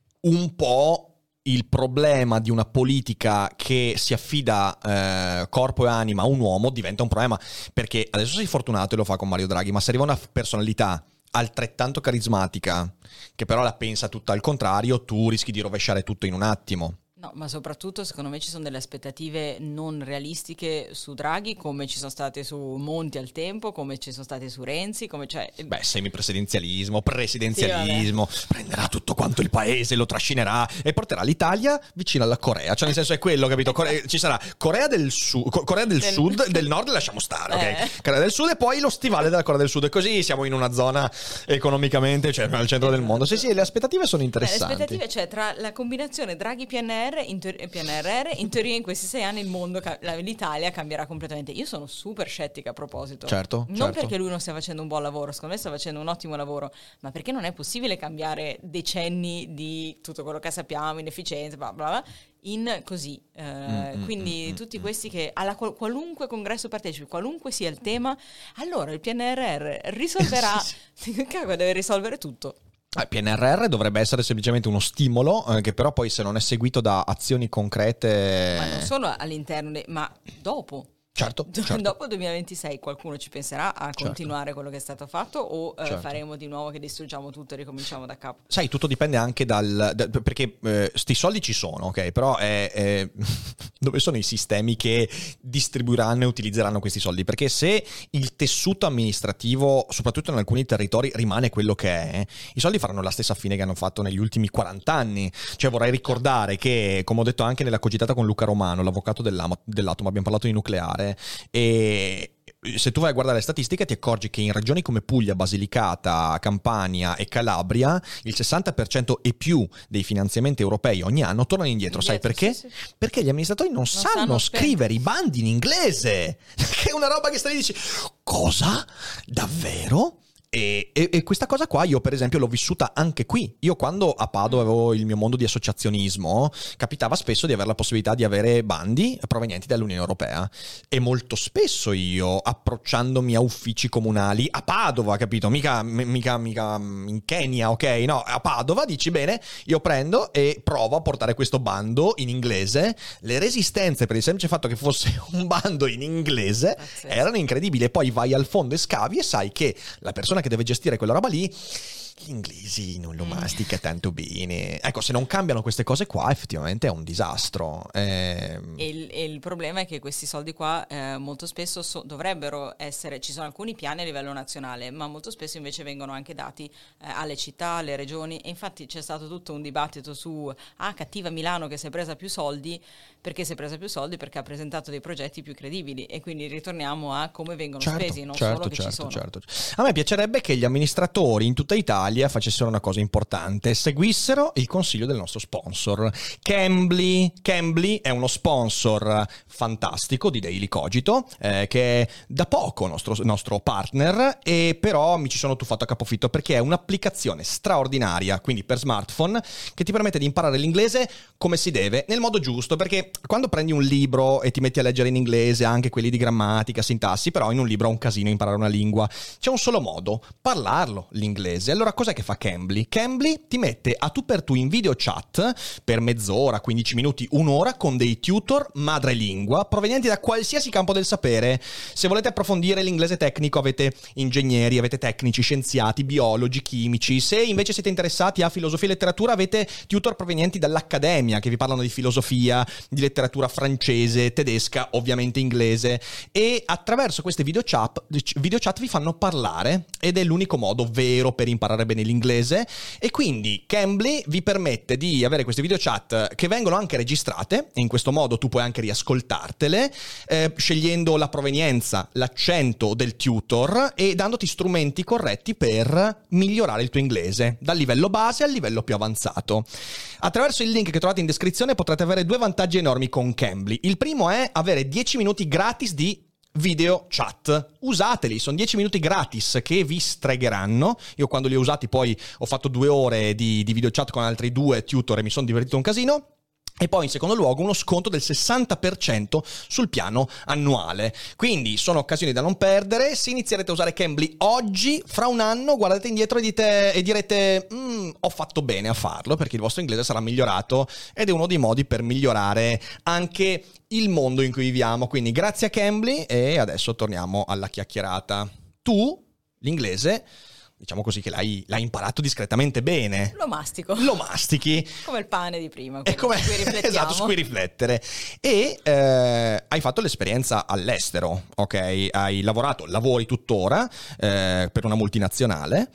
un po' il problema di una politica che si affida eh, corpo e anima a un uomo diventa un problema, perché adesso sei fortunato e lo fa con Mario Draghi, ma se arriva una personalità altrettanto carismatica che però la pensa tutta al contrario, tu rischi di rovesciare tutto in un attimo. No, ma soprattutto secondo me ci sono delle aspettative non realistiche su Draghi, come ci sono state su Monti al tempo, come ci sono state su Renzi, come cioè... Beh, semipresidenzialismo, presidenzialismo, sì, prenderà tutto quanto il paese, lo trascinerà e porterà l'Italia vicino alla Corea, cioè nel senso è quello, capito? Corea, ci sarà Corea del, su, Corea del, del Sud, del Nord lasciamo stare, ok? Eh. Corea del Sud e poi lo stivale della Corea del Sud, e così siamo in una zona economicamente, cioè al centro del mondo. Sì, sì, le aspettative sono interessanti. Eh, le aspettative, cioè tra la combinazione Draghi-P N R In, teor- P N R R, in teoria in questi sei anni il mondo, l'Italia cambierà completamente. Io sono super scettica a proposito. Certo, non certo. perché lui non stia facendo un buon lavoro, secondo me sta facendo un ottimo lavoro, ma perché non è possibile cambiare decenni di tutto quello che sappiamo, inefficienza, bla bla bla, in così. Eh, mm, quindi mm, tutti mm, questi che alla qual- qualunque congresso partecipi, qualunque sia il tema, allora il P N R R risolverà, cago, deve risolvere tutto. Il P N R R dovrebbe essere semplicemente uno stimolo eh, che però poi se non è seguito da azioni concrete... Ma non solo all'interno, de- ma dopo. Certo, certo. Dopo il duemilaventisei qualcuno ci penserà a continuare certo. quello che è stato fatto o eh, certo. faremo di nuovo che distruggiamo tutto e ricominciamo da capo? Sai, tutto dipende anche dal... da, perché eh, sti soldi ci sono, ok? Però è, è, dove sono i sistemi che distribuiranno e utilizzeranno questi soldi? Perché se il tessuto amministrativo, soprattutto in alcuni territori, rimane quello che è, i soldi faranno la stessa fine che hanno fatto negli ultimi quaranta anni. Cioè vorrei ricordare che, come ho detto anche nella cogitata con Luca Romano, l'avvocato dell'Atomo, abbiamo parlato di nucleare, e se tu vai a guardare le statistiche ti accorgi che in regioni come Puglia, Basilicata, Campania e Calabria il sessanta per cento e più dei finanziamenti europei ogni anno tornano indietro. indietro Sai perché? Sì, sì. Perché gli amministratori non, non sanno, sanno scrivere i bandi in inglese, che è una roba che stai e dici cosa? Davvero? E, e, e questa cosa qua io per esempio l'ho vissuta anche qui. Io quando a Padova avevo il mio mondo di associazionismo capitava spesso di avere la possibilità di avere bandi provenienti dall'Unione Europea, e molto spesso io, approcciandomi a uffici comunali a Padova, capito? Mica, mica, mica in Kenya, ok? No, a Padova dici bene, io prendo e provo a portare questo bando in inglese. Le resistenze per il semplice fatto che fosse un bando in inglese Pazzesco. erano incredibili, e poi vai al fondo e scavi e sai che la persona che deve gestire quella roba lì gli inglesi non lo mastica tanto bene. Ecco, se non cambiano queste cose qua effettivamente è un disastro. eh... e, il, e il problema è che questi soldi qua eh, molto spesso so, dovrebbero essere, ci sono alcuni piani a livello nazionale, ma molto spesso invece vengono anche dati eh, alle città, alle regioni, e infatti c'è stato tutto un dibattito su ah cattiva Milano che si è presa più soldi. Perché si è presa più soldi? Perché ha presentato dei progetti più credibili, e quindi ritorniamo a come vengono certo, spesi, non certo, solo che certo, ci sono. Certo. A me piacerebbe che gli amministratori in tutta Italia Italia facessero una cosa importante, seguissero il consiglio del nostro sponsor Cambly. Cambly è uno sponsor fantastico di Daily Cogito, eh, che è da poco nostro, nostro partner, e però mi ci sono tuffato a capofitto perché è un'applicazione straordinaria, quindi per smartphone, che ti permette di imparare l'inglese come si deve, nel modo giusto, perché quando prendi un libro e ti metti a leggere in inglese, anche quelli di grammatica, sintassi, però in un libro è un casino imparare una lingua, c'è un solo modo, parlarlo l'inglese. Allora cos'è che fa Cambly? Cambly ti mette a tu per tu in video chat per mezz'ora, quindici minuti, un'ora con dei tutor madrelingua provenienti da qualsiasi campo del sapere. Se volete approfondire l'inglese tecnico avete ingegneri, avete tecnici, scienziati, biologi, chimici. Se invece siete interessati a filosofia e letteratura avete tutor provenienti dall'accademia che vi parlano di filosofia, di letteratura francese, tedesca, ovviamente inglese, e attraverso queste video chat, video chat vi fanno parlare, ed è l'unico modo vero per imparare bene l'inglese. E quindi Cambly vi permette di avere queste video chat che vengono anche registrate, e in questo modo tu puoi anche riascoltartele, eh, scegliendo la provenienza, l'accento del tutor e dandoti strumenti corretti per migliorare il tuo inglese dal livello base al livello più avanzato. Attraverso il link che trovate in descrizione potrete avere due vantaggi enormi con Cambly. Il primo è avere dieci minuti gratis di video chat. Usateli, sono dieci minuti gratis che vi stregheranno. Io quando li ho usati poi ho fatto due ore di, di video chat con altri due tutor e mi sono divertito un casino. E poi in secondo luogo uno sconto del sessanta per cento sul piano annuale. Quindi sono occasioni da non perdere. Se inizierete a usare Cambly oggi, fra un anno guardate indietro e, dite, e direte mm, ho fatto bene a farlo, perché il vostro inglese sarà migliorato, ed è uno dei modi per migliorare anche il mondo in cui viviamo. Quindi grazie a Cambly, e adesso torniamo alla chiacchierata. Tu, l'inglese, diciamo così che l'hai, l'hai imparato discretamente bene. Lo mastico. Lo mastichi. Come il pane di prima. È come, su cui riflettiamo. Esatto, su cui riflettere. E eh, hai fatto l'esperienza all'estero, ok? Hai lavorato, lavori tuttora eh, per una multinazionale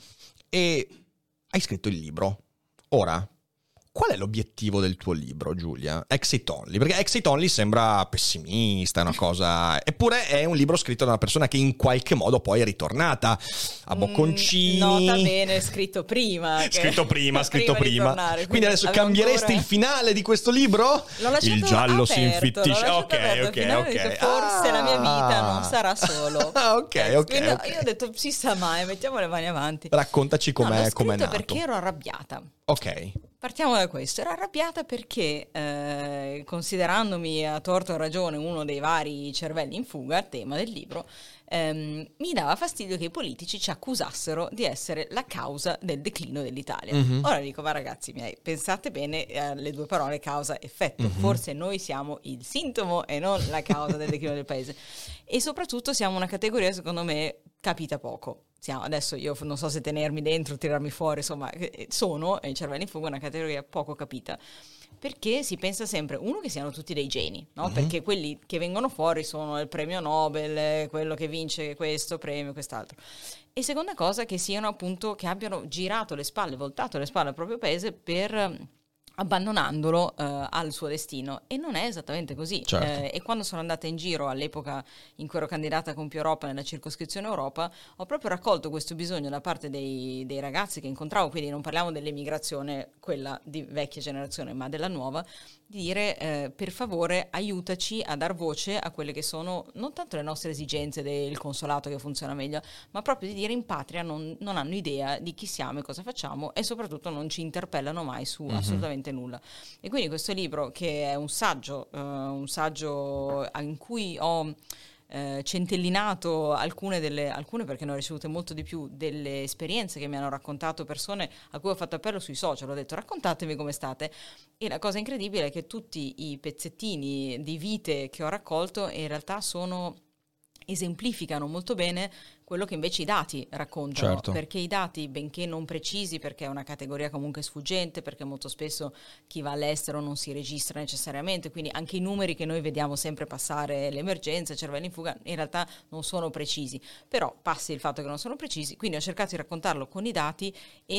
e hai scritto il libro. Ora, qual è l'obiettivo del tuo libro, Giulia? Exit Only, perché Exit Only sembra pessimista, è una cosa, eppure è un libro scritto da una persona che in qualche modo poi è ritornata a Bocconcini. Mm, nota bene, scritto prima. Che... Scritto prima, scritto prima. prima. Quindi, Quindi adesso cambieresti ancora... il finale di questo libro? Il giallo aperto, si infittisce. Ok, ok, ok. okay. Forse ah. la mia vita non sarà solo. Ah, ok, eh, ok. Quindi, okay. Io ho detto, si sa mai, mettiamo le mani avanti. Raccontaci com'è, no, com'è nato. Perché ero arrabbiata. Ok. Partiamo da questo, ero arrabbiata perché, eh, considerandomi a torto o a ragione uno dei vari cervelli in fuga al tema del libro, ehm, mi dava fastidio che i politici ci accusassero di essere la causa del declino dell'Italia. Mm-hmm. Ora dico, ma ragazzi miei, pensate bene alle due parole causa-effetto, mm-hmm. forse noi siamo il sintomo e non la causa del declino del paese. E soprattutto siamo una categoria, secondo me, capita poco. Siamo, adesso io non so se tenermi dentro, tirarmi fuori, insomma, sono, i cervelli in fuga, una categoria poco capita, perché si pensa sempre, uno, che siano tutti dei geni, no? Uh-huh. Perché quelli che vengono fuori sono il premio Nobel, quello che vince questo premio, quest'altro. E seconda cosa, che siano appunto, che abbiano girato le spalle, voltato le spalle al proprio paese per... abbandonandolo uh, al suo destino, e non è esattamente così. Certo. Eh, e quando sono andata in giro all'epoca in cui ero candidata con Più Europa nella circoscrizione Europa, ho proprio raccolto questo bisogno da parte dei, dei ragazzi che incontravo, quindi non parliamo dell'emigrazione, quella di vecchia generazione, ma della nuova, di dire eh, per favore aiutaci a dar voce a quelle che sono non tanto le nostre esigenze del consolato che funziona meglio, ma proprio di dire in patria non, non hanno idea di chi siamo e cosa facciamo, e soprattutto non ci interpellano mai su mm-hmm. assolutamente nulla. E quindi questo libro, che è un saggio, uh, un saggio in cui ho eh, centellinato alcune delle, alcune perché ne ho ricevute molto di più, delle esperienze che mi hanno raccontato persone a cui ho fatto appello sui social, ho detto raccontatemi come state, e la cosa incredibile è che tutti i pezzettini di vite che ho raccolto in realtà sono... esemplificano molto bene quello che invece i dati raccontano, certo. Perché i dati, benché non precisi, perché è una categoria comunque sfuggente, perché molto spesso chi va all'estero non si registra necessariamente, quindi anche i numeri che noi vediamo sempre passare, l'emergenza, cervelli in fuga, in realtà non sono precisi, però passi il fatto che non sono precisi, quindi ho cercato di raccontarlo con i dati e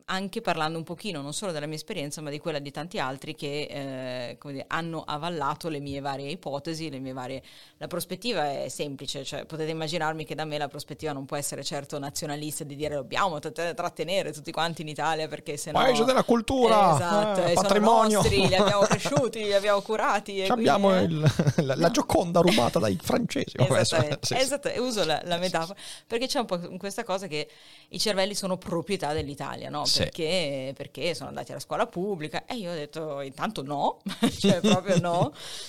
anche parlando un pochino non solo della mia esperienza ma di quella di tanti altri che eh, come dire, hanno avallato le mie varie ipotesi, le mie varie... La prospettiva è semplice, cioè potete immaginarmi che da me la prospettiva non può essere certo nazionalista di dire dobbiamo t- trattenere tutti quanti in Italia perché sennò... Paese della cultura, eh, esatto, eh, sono patrimonio. nostri, li abbiamo cresciuti, li abbiamo curati. E abbiamo quindi, il, la, la Gioconda rubata dai francesi. Esattamente, sì, esatto, e uso la, la metafora perché c'è un po' questa cosa che i cervelli sono proprietà dell'Italia, no? Sì. Perché, perché sono andati alla scuola pubblica e io ho detto intanto no, cioè proprio no.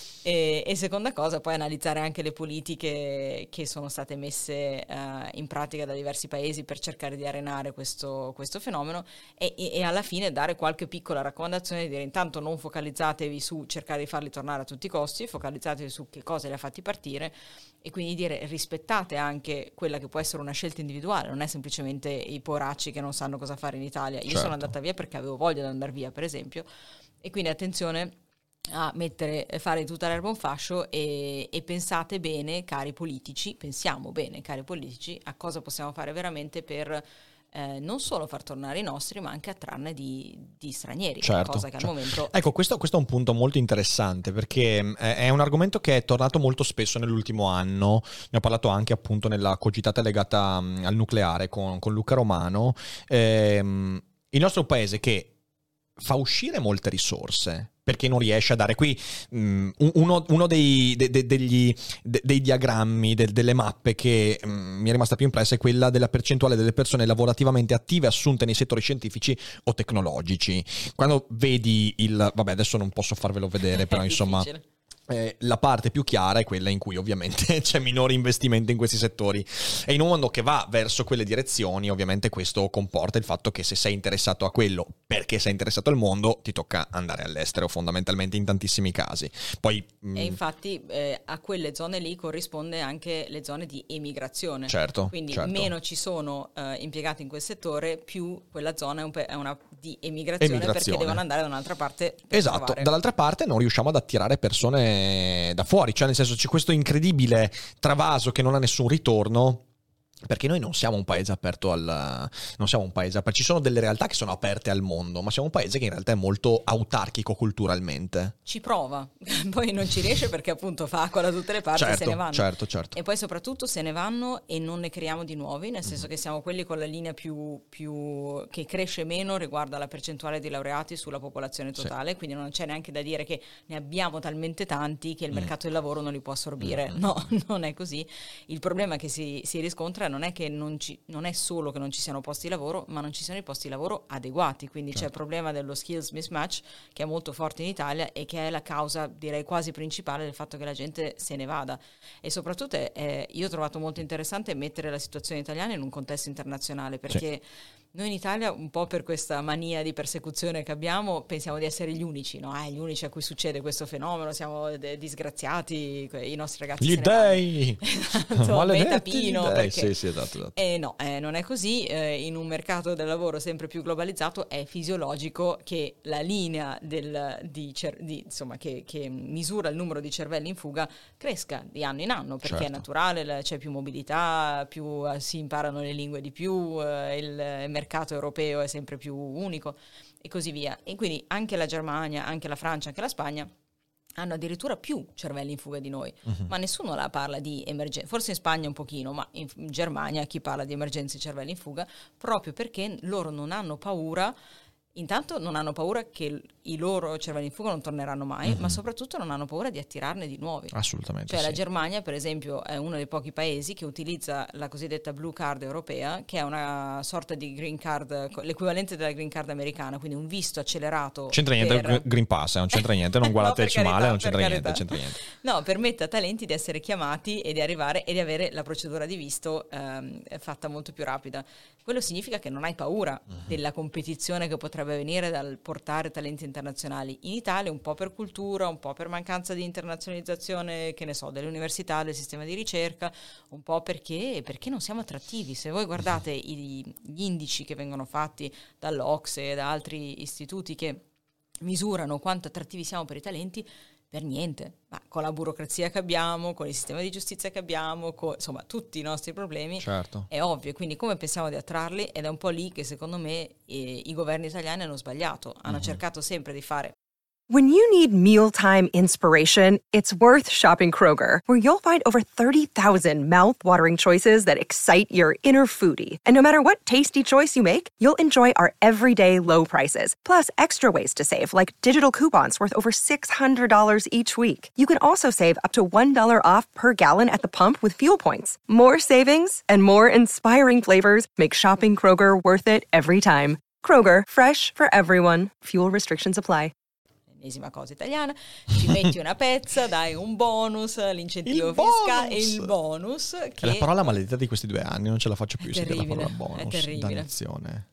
E, e seconda cosa, poi analizzare anche le politiche che sono state messe uh, in pratica da diversi paesi per cercare di arenare questo, questo fenomeno e, e, e alla fine dare qualche piccola raccomandazione di dire intanto non focalizzatevi su cercare di farli tornare a tutti i costi, focalizzatevi su che cosa li ha fatti partire e quindi dire rispettate anche quella che può essere una scelta individuale, non è semplicemente i poracci che non sanno cosa fare in Italia. Io certo. sono andata via perché avevo voglia di andare via, per esempio, e quindi attenzione a mettere, fare tutta l'erba un fascio e, e pensate bene, cari politici, pensiamo bene, cari politici, a cosa possiamo fare veramente per eh, non solo far tornare i nostri, ma anche attrarne di, di stranieri, certo, cosa che certo. al momento... Ecco, questo, questo è un punto molto interessante perché è un argomento che è tornato molto spesso nell'ultimo anno, ne ho parlato anche appunto nella cogitata legata al nucleare con, con Luca Romano, ehm, il nostro paese che fa uscire molte risorse perché non riesce a dare qui um, uno, uno dei, de, de, degli, de, dei diagrammi, de, delle mappe che um, mi è rimasta più impressa è quella della percentuale delle persone lavorativamente attive assunte nei settori scientifici o tecnologici. Quando vedi il... vabbè, adesso non posso farvelo vedere, però insomma... Eh, la parte più chiara è quella in cui ovviamente c'è minore investimento in questi settori e in un mondo che va verso quelle direzioni ovviamente questo comporta il fatto che se sei interessato a quello perché sei interessato al mondo ti tocca andare all'estero fondamentalmente in tantissimi casi. Poi mh... e infatti eh, a quelle zone lì corrisponde anche le zone di emigrazione, certo, quindi certo. meno ci sono eh, impiegati in quel settore, più quella zona è, un pe- è una di emigrazione, emigrazione perché devono andare da un'altra parte per esatto, trovare. Dall'altra parte non riusciamo ad attirare persone da fuori, cioè nel senso c'è questo incredibile travaso che non ha nessun ritorno perché noi non siamo un paese aperto al non siamo un paese aperto, ci sono delle realtà che sono aperte al mondo, ma siamo un paese che in realtà è molto autarchico culturalmente. Ci prova, poi non ci riesce perché appunto fa acqua da tutte le parti, certo, se ne vanno. Certo, certo. E poi soprattutto se ne vanno e non ne creiamo di nuovi, nel senso mm. che siamo quelli con la linea più, più che cresce meno riguardo alla percentuale di laureati sulla popolazione totale, sì. Quindi non c'è neanche da dire che ne abbiamo talmente tanti che il mm. mercato del lavoro non li può assorbire. Mm. No, non è così. Il problema che si, si riscontra non è che non, ci, non è solo che non ci siano posti di lavoro, ma non ci siano i posti di lavoro adeguati, quindi certo. C'è il problema dello skills mismatch che è molto forte in Italia e che è la causa, direi quasi principale, del fatto che la gente se ne vada. E soprattutto eh, io ho trovato molto interessante mettere la situazione italiana in un contesto internazionale, perché sì. Noi in Italia, un po' per questa mania di persecuzione che abbiamo, pensiamo di essere gli unici, no? Eh, gli unici a cui succede questo fenomeno, siamo de- disgraziati, i nostri ragazzi gli se dei! Esatto, metapino, perché... Sì, sì, esatto, esatto. Eh, no, eh, non è così. Eh, in un mercato del lavoro sempre più globalizzato è fisiologico che la linea del, di, cer- di, insomma, che, che misura il numero di cervelli in fuga cresca di anno in anno, perché certo. È naturale, c'è più mobilità, più uh, si imparano le lingue di più, uh, il mercato mercato europeo è sempre più unico e così via. E quindi anche la Germania, anche la Francia, anche la Spagna hanno addirittura più cervelli in fuga di noi, uh-huh. Ma nessuno la parla di emergenza, forse in Spagna un pochino, ma in Germania chi parla di emergenze cervelli in fuga proprio perché loro non hanno paura. Intanto non hanno paura che i loro cervelli in fuga non torneranno mai, mm-hmm. Ma soprattutto non hanto paura di attirarne di nuovi. Assolutamente. Cioè sì. La Germania, per esempio, è uno dei pochi paesi che utilizza la cosiddetta Blue Card europea, che è una sorta di green card, l'equivalente della green card americana, quindi un visto accelerato. C'entra niente per... il Green Pass, non c'entra niente, non guardateci no, male, non c'entra per niente, c'entra niente. No, permette a talenti di essere chiamati e di arrivare e di avere la procedura di visto ehm, fatta molto più rapida. Quello significa che non hai paura uh-huh. della competizione che potrebbe venire dal portare talenti internazionali in Italia, un po' per cultura, un po' per mancanza di internazionalizzazione, che ne so, delle università, del sistema di ricerca, un po' perché, perché non siamo attrattivi. Se voi guardate i, gli indici che vengono fatti dall'O C S E e da altri istituti che misurano quanto attrattivi siamo per i talenti, Per niente, ma con la burocrazia che abbiamo, con il sistema di giustizia che abbiamo, con, insomma tutti i nostri problemi, certo. È ovvio. Quindi come pensiamo di attrarli? Ed è un po' lì che secondo me eh, i governi italiani hanno sbagliato, hanno mm-hmm. cercato sempre di fare. When you need mealtime inspiration, it's worth shopping Kroger, where you'll find over thirty thousand mouth-watering choices that excite your inner foodie. And no matter what tasty choice you make, you'll enjoy our everyday low prices, plus extra ways to save, like digital coupons worth over six hundred dollars each week. You can also save up to one dollar off per gallon at the pump with fuel points. More savings and more inspiring flavors make shopping Kroger worth it every time. Kroger, fresh for everyone. Fuel restrictions apply. Cosa italiana, ci metti una pezza, dai un bonus, l'incentivo fiscale e il bonus. Che è la parola maledetta di questi due anni, non ce la faccio più. È terribile, la parola bonus, è terribile. Dannazione.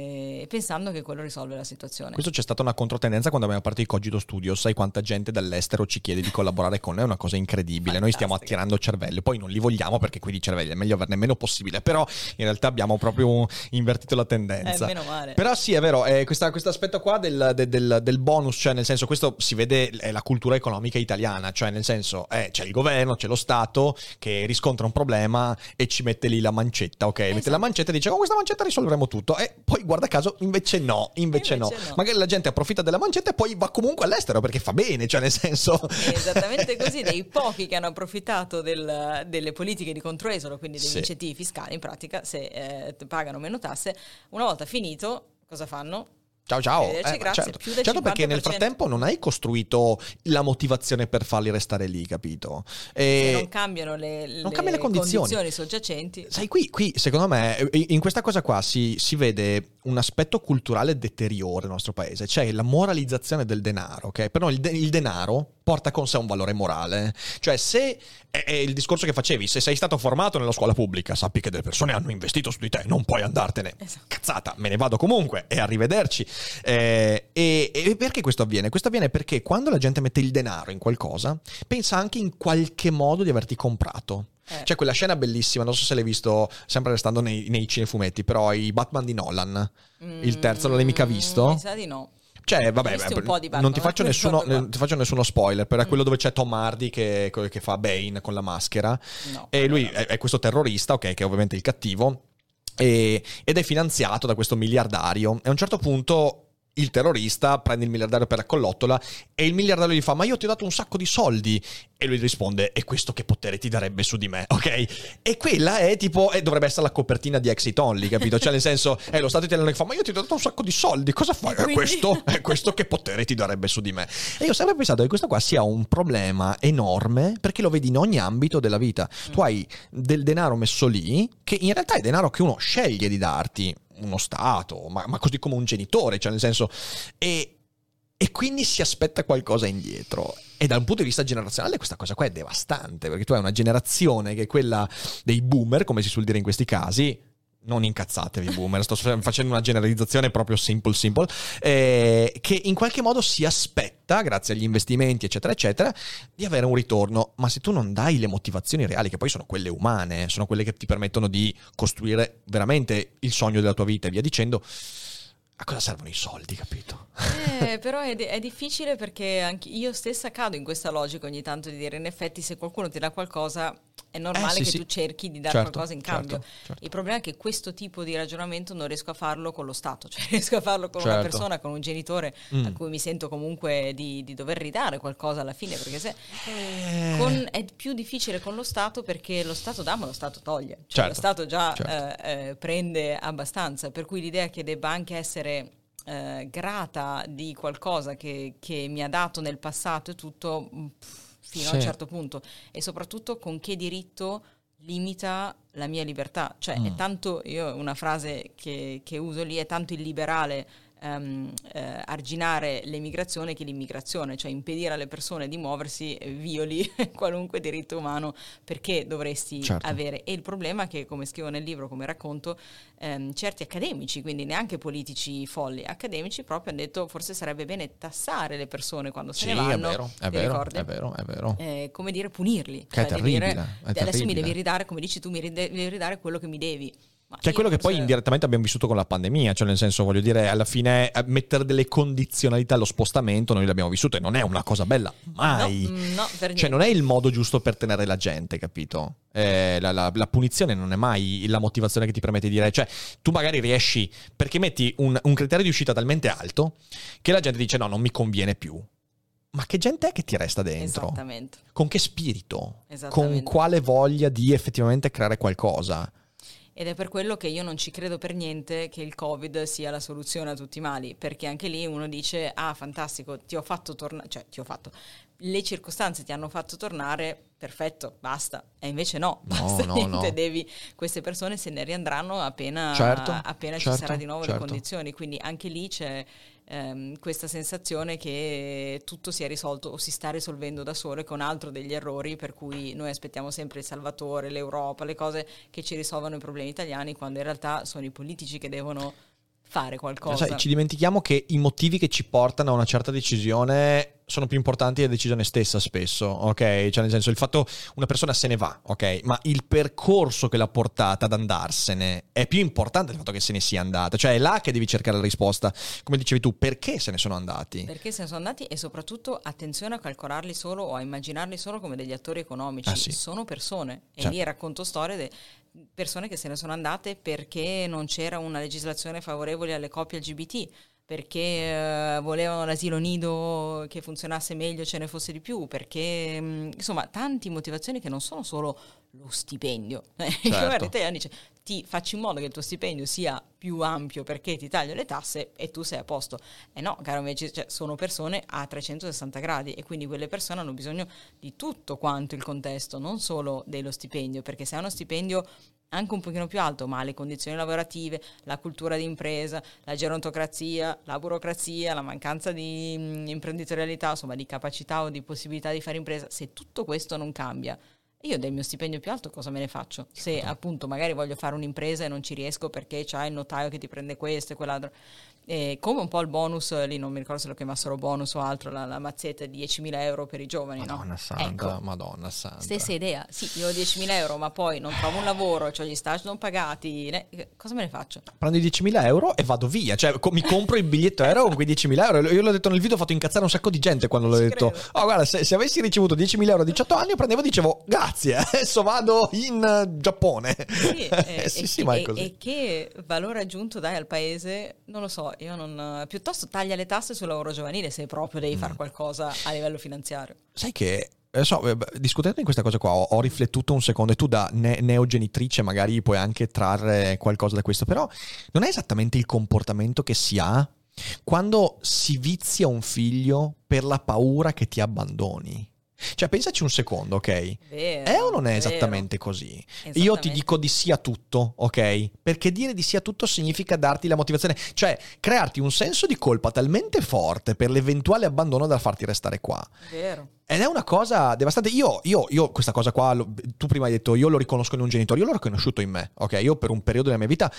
E pensando che quello risolve la situazione. Questo c'è stata una controtendenza quando abbiamo aperto i Cogito Studio. Sai quanta gente dall'estero ci chiede di collaborare con noi? È una cosa incredibile. Fantastica. Noi stiamo attirando cervelli, poi non li vogliamo perché qui di cervelli è meglio averne meno possibile, però in realtà abbiamo proprio invertito la tendenza. Eh, meno male. Però sì, è vero, è questo aspetto qua del, del, del, del bonus, cioè nel senso, questo si vede, è la cultura economica italiana, cioè nel senso eh, c'è il governo, c'è lo Stato che riscontra un problema e ci mette lì la mancetta, ok? Esatto. Mette la mancetta e dice con questa mancetta risolveremo tutto, e poi guarda caso invece no, invece, invece no. no. Magari la gente approfitta della mancetta e poi va comunque all'estero perché fa bene, cioè nel senso... È esattamente così, dei pochi che hanno approfittato del, delle politiche di controesodo, quindi degli sì. incentivi fiscali, in pratica se eh, pagano meno tasse, una volta finito cosa fanno? Ciao ciao, eh, grazie, certo, più del certo perché nel frattempo non hai costruito la motivazione per farli restare lì, capito? E se non cambiano le, le, non cambiano le condizioni. condizioni soggiacenti. Sai, qui, qui secondo me in questa cosa qua si, si vede un aspetto culturale deteriore nel nostro paese, cioè la moralizzazione del denaro, ok? Però il, de- il denaro porta con sé un valore morale, cioè se è, è il discorso che facevi, se sei stato formato nella scuola pubblica sappi che delle persone hanno investito su di te, non puoi andartene, esatto. Cazzata, me ne vado comunque e arrivederci. Eh, e, e perché questo avviene? Questo avviene perché quando la gente mette il denaro in qualcosa pensa anche in qualche modo di averti comprato. Eh. C'è quella scena bellissima, non so se l'hai visto, sempre restando nei, nei cinefumetti, però i Batman di Nolan, mm, il terzo non l'hai mica visto? Mi sa di no. Cioè, vabbè, Batman, non ti faccio, nessuno, non ti faccio nessuno spoiler, però è quello dove c'è Tom Hardy che, che fa Bane con la maschera, no, e lui è, è questo terrorista, ok, che è ovviamente il cattivo, e, ed è finanziato da questo miliardario, e a un certo punto il terrorista prende il miliardario per la collottola e il miliardario gli fa: ma io ti ho dato un sacco di soldi, e lui risponde: e questo che potere ti darebbe su di me, ok? E quella è tipo, eh, dovrebbe essere la copertina di Exit Only, capito? Cioè nel senso, è lo Stato italiano che fa: ma io ti ho dato un sacco di soldi, cosa fai? E questo, è questo che potere ti darebbe su di me. E io ho sempre pensato che questo qua sia un problema enorme, perché lo vedi in ogni ambito della vita. Mm. Tu hai del denaro messo lì, che in realtà è denaro che uno sceglie di darti, uno Stato, ma, ma così come un genitore, cioè nel senso, e, e quindi si aspetta qualcosa indietro. E dal punto di vista generazionale questa cosa qua è devastante, perché tu hai una generazione che è quella dei boomer, come si suol dire in questi casi. Non incazzatevi boomer, sto facendo una generalizzazione proprio simple simple, eh, che in qualche modo si aspetta, grazie agli investimenti eccetera eccetera, di avere un ritorno. Ma se tu non dai le motivazioni reali, che poi sono quelle umane, sono quelle che ti permettono di costruire veramente il sogno della tua vita e via dicendo, a cosa servono i soldi, capito? Eh, però è, è difficile, perché anche io stessa cado in questa logica ogni tanto di dire, in effetti se qualcuno ti dà qualcosa è normale eh, sì, che sì. tu cerchi di dare certo, qualcosa in cambio. Certo, certo. Il problema è che questo tipo di ragionamento non riesco a farlo con lo Stato, cioè riesco a farlo con certo. una persona, con un genitore mm. a cui mi sento comunque di, di dover ridare qualcosa alla fine, perché se eh. con, è più difficile con lo Stato, perché lo Stato dà ma lo Stato toglie, cioè certo, lo Stato già certo. eh, eh, prende abbastanza, per cui l'idea che debba anche essere eh, grata di qualcosa che, che mi ha dato nel passato e tutto, pff, fino sì. a un certo punto, e soprattutto con che diritto limita la mia libertà. Cioè mm. è tanto, io una frase che, che uso lì, è tanto illiberale um, eh, arginare l'emigrazione che l'immigrazione, cioè impedire alle persone di muoversi violi qualunque diritto umano, perché dovresti certo. avere. E il problema è che, come scrivo nel libro, come racconto, ehm, certi accademici, quindi neanche politici folli, accademici proprio hanno detto forse sarebbe bene tassare le persone quando se sì, ne vanno. È vero, è vero, è vero, è vero. Eh, come dire, punirli. Che cioè, è terribile, dire, è adesso terribile. Mi devi ridare, come dici tu, mi devi ridare quello che mi devi. Ma che è quello che poi forse... indirettamente abbiamo vissuto con la pandemia, cioè nel senso, voglio dire, alla fine mettere delle condizionalità allo spostamento noi l'abbiamo vissuto e non è una cosa bella, mai. No, no, per cioè non è il modo giusto per tenere la gente, capito? Eh, la, la, la punizione non è mai la motivazione che ti permette di dire, cioè tu magari riesci, perché metti un, un criterio di uscita talmente alto che la gente dice no, non mi conviene più. Ma che gente è che ti resta dentro? Esattamente. Con che spirito? Esattamente. Con quale voglia di effettivamente creare qualcosa? Ed è per quello che io non ci credo per niente che il Covid sia la soluzione a tutti i mali, perché anche lì uno dice, ah fantastico, ti ho fatto tornare, cioè ti ho fatto, le circostanze ti hanno fatto tornare, perfetto, basta. E invece no, no basta no, niente, no. devi, queste persone se ne riandranno appena, certo, appena certo, ci sarà di nuovo certo. le condizioni, quindi anche lì c'è ehm, questa sensazione che tutto sia risolto o si sta risolvendo da solo, e con altro degli errori per cui noi aspettiamo sempre il Salvatore, l'Europa, le cose che ci risolvano i problemi italiani, quando in realtà sono i politici che devono fare qualcosa. Sai, ci dimentichiamo che i motivi che ci portano a una certa decisione sono più importanti della decisione stessa spesso, ok? Cioè nel senso, il fatto una persona se ne va, ok? Ma il percorso che l'ha portata ad andarsene è più importante del fatto che se ne sia andata. Cioè è là che devi cercare la risposta. Come dicevi tu, perché se ne sono andati? Perché se ne sono andati, e soprattutto attenzione a calcolarli solo o a immaginarli solo come degli attori economici. Ah, sì. Sono persone. E certo. lì racconto storie di persone che se ne sono andate perché non c'era una legislazione favorevole alle coppie L G B T, perché eh, volevano l'asilo nido che funzionasse meglio, ce ne fosse di più, perché mh, insomma tante motivazioni che non sono solo lo stipendio. Certo. Il governo italiano dice ti faccio in modo che il tuo stipendio sia più ampio perché ti taglio le tasse e tu sei a posto. E no, caro invece, cioè, sono persone a trecentosessanta gradi, e quindi quelle persone hanno bisogno di tutto quanto il contesto, non solo dello stipendio, perché se hai uno stipendio anche un pochino più alto, ma le condizioni lavorative, la cultura di impresa, la gerontocrazia, la burocrazia, la mancanza di mh, imprenditorialità, insomma di capacità o di possibilità di fare impresa, se tutto questo non cambia, io del mio stipendio più alto cosa me ne faccio? Se appunto magari voglio fare un'impresa e non ci riesco perché c'hai il notaio che ti prende questo e quell'altro, e come un po' il bonus lì, non mi ricordo se lo chiamassero bonus o altro, la, la mazzetta di diecimila euro per i giovani, Madonna no? santa, ecco. Madonna santa. Stessa idea, sì, io ho diecimila euro ma poi non trovo un lavoro, ho gli stage non pagati, ne, cosa me ne faccio? Prendo i diecimila euro e vado via, cioè co- mi compro il biglietto aereo con quei diecimila euro. Io l'ho detto nel video, ho fatto incazzare un sacco di gente quando l'ho Ci detto. credo. Oh guarda, se, se avessi ricevuto diecimila euro a diciotto anni, io prendevo e dicevo grazie, adesso vado in uh, Giappone. Sì, e, sì, e, sì, ma è e, così. e che valore aggiunto dai al paese? Non lo so, io non... Piuttosto taglia le tasse sul lavoro giovanile se proprio devi Mm. fare qualcosa a livello finanziario. Sai che, eh, so, eh, discutendo in questa cosa qua, ho, ho riflettuto un secondo, e tu da ne- neogenitrice magari puoi anche trarre qualcosa da questo, però non è esattamente il comportamento che si ha quando si vizia un figlio per la paura che ti abbandoni. Cioè pensaci un secondo, ok? Vero, È o non è vero. esattamente così? Io ti Esattamente. dico di sì a tutto, ok? Perché dire di sì a tutto significa darti la motivazione, cioè crearti un senso di colpa talmente forte per l'eventuale abbandono da farti restare qua. Vero. Ed è una cosa devastante. Io, io, io questa cosa qua, lo- tu prima hai detto io lo riconosco in un genitore, io l'ho riconosciuto in me, ok? Io per un periodo della mia vita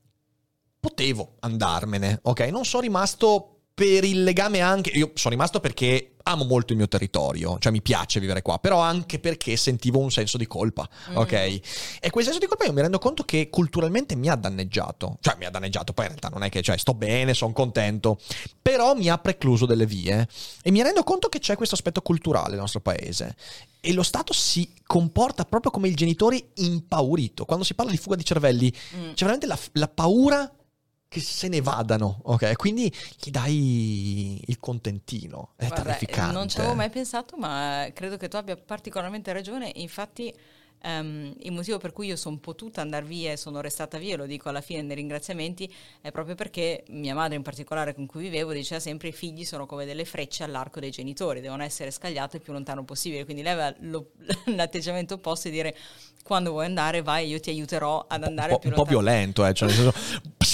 potevo andarmene, ok? Non sono rimasto per il legame anche, io sono rimasto perché amo molto il mio territorio, cioè mi piace vivere qua, però anche perché sentivo un senso di colpa, ok? E quel senso di colpa io mi rendo conto che culturalmente mi ha danneggiato, cioè mi ha danneggiato, poi in realtà non è che, cioè sto bene, sono contento, però mi ha precluso delle vie e mi rendo conto che c'è questo aspetto culturale nel nostro paese e lo Stato si comporta proprio come il genitore impaurito. Quando si parla di fuga di cervelli Mm. c'è veramente la, la paura che se ne vadano, ok? Quindi gli dai il contentino, è Guarda, terrificante. non ci avevo mai pensato, ma credo che tu abbia particolarmente ragione. Infatti ehm, il motivo per cui io sono potuta andare via e sono restata via, lo dico alla fine nei ringraziamenti, è proprio perché mia madre in particolare, con cui vivevo, diceva sempre i figli sono come delle frecce all'arco dei genitori, devono essere scagliate il più lontano possibile. Quindi lei aveva lo, l'atteggiamento opposto di dire quando vuoi andare vai, io ti aiuterò ad andare un il più po', un po' lontano. violento, eh, cioè nel senso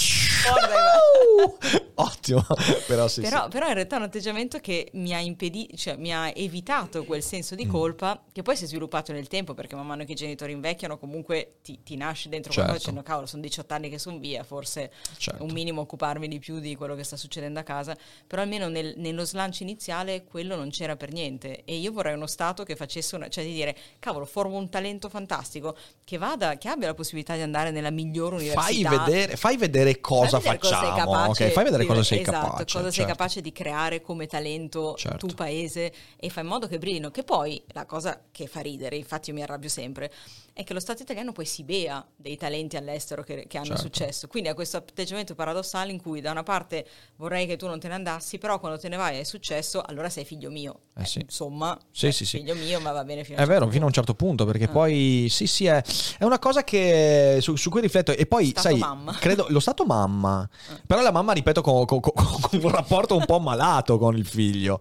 Ottimo, però sì, però, sì. però in realtà è un atteggiamento che mi ha impedito, cioè mi ha evitato quel senso di colpa mm. che poi si è sviluppato nel tempo, perché man mano che i genitori invecchiano comunque ti, ti nasce dentro certo. qualcosa dicendo cavolo, sono diciotto anni che sono via, forse certo. un minimo occuparmi di più di quello che sta succedendo a casa, però almeno nel, nello slancio iniziale quello non c'era per niente, e io vorrei uno Stato che facesse una, cioè di dire cavolo, formo un talento fantastico, che vada, che abbia la possibilità di andare nella migliore università. Fai vedere, fai vedere cosa fai vedere facciamo, cosa sei capace, okay? Fai vedere di, cosa sei esatto, capace. cosa certo. sei capace di creare come talento certo. tu paese, e fai in modo che brillino. Che poi la cosa che fa ridere, infatti io mi arrabbio sempre, è che lo Stato italiano poi si bea dei talenti all'estero che, che hanno certo. successo, quindi ha questo atteggiamento paradossale in cui da una parte vorrei che tu non te ne andassi, però quando te ne vai e è successo, allora sei figlio mio. Eh, sì. eh, insomma, sì, eh, sì, sì. figlio mio, ma va bene fino a è un vero, certo fino a un certo punto, perché ah. poi sì sì è, è una cosa che su, su cui rifletto, e poi stato sai mamma. credo lo stato mamma ah. però la mamma, ripeto, con, con, con, con un rapporto un po' malato con il figlio,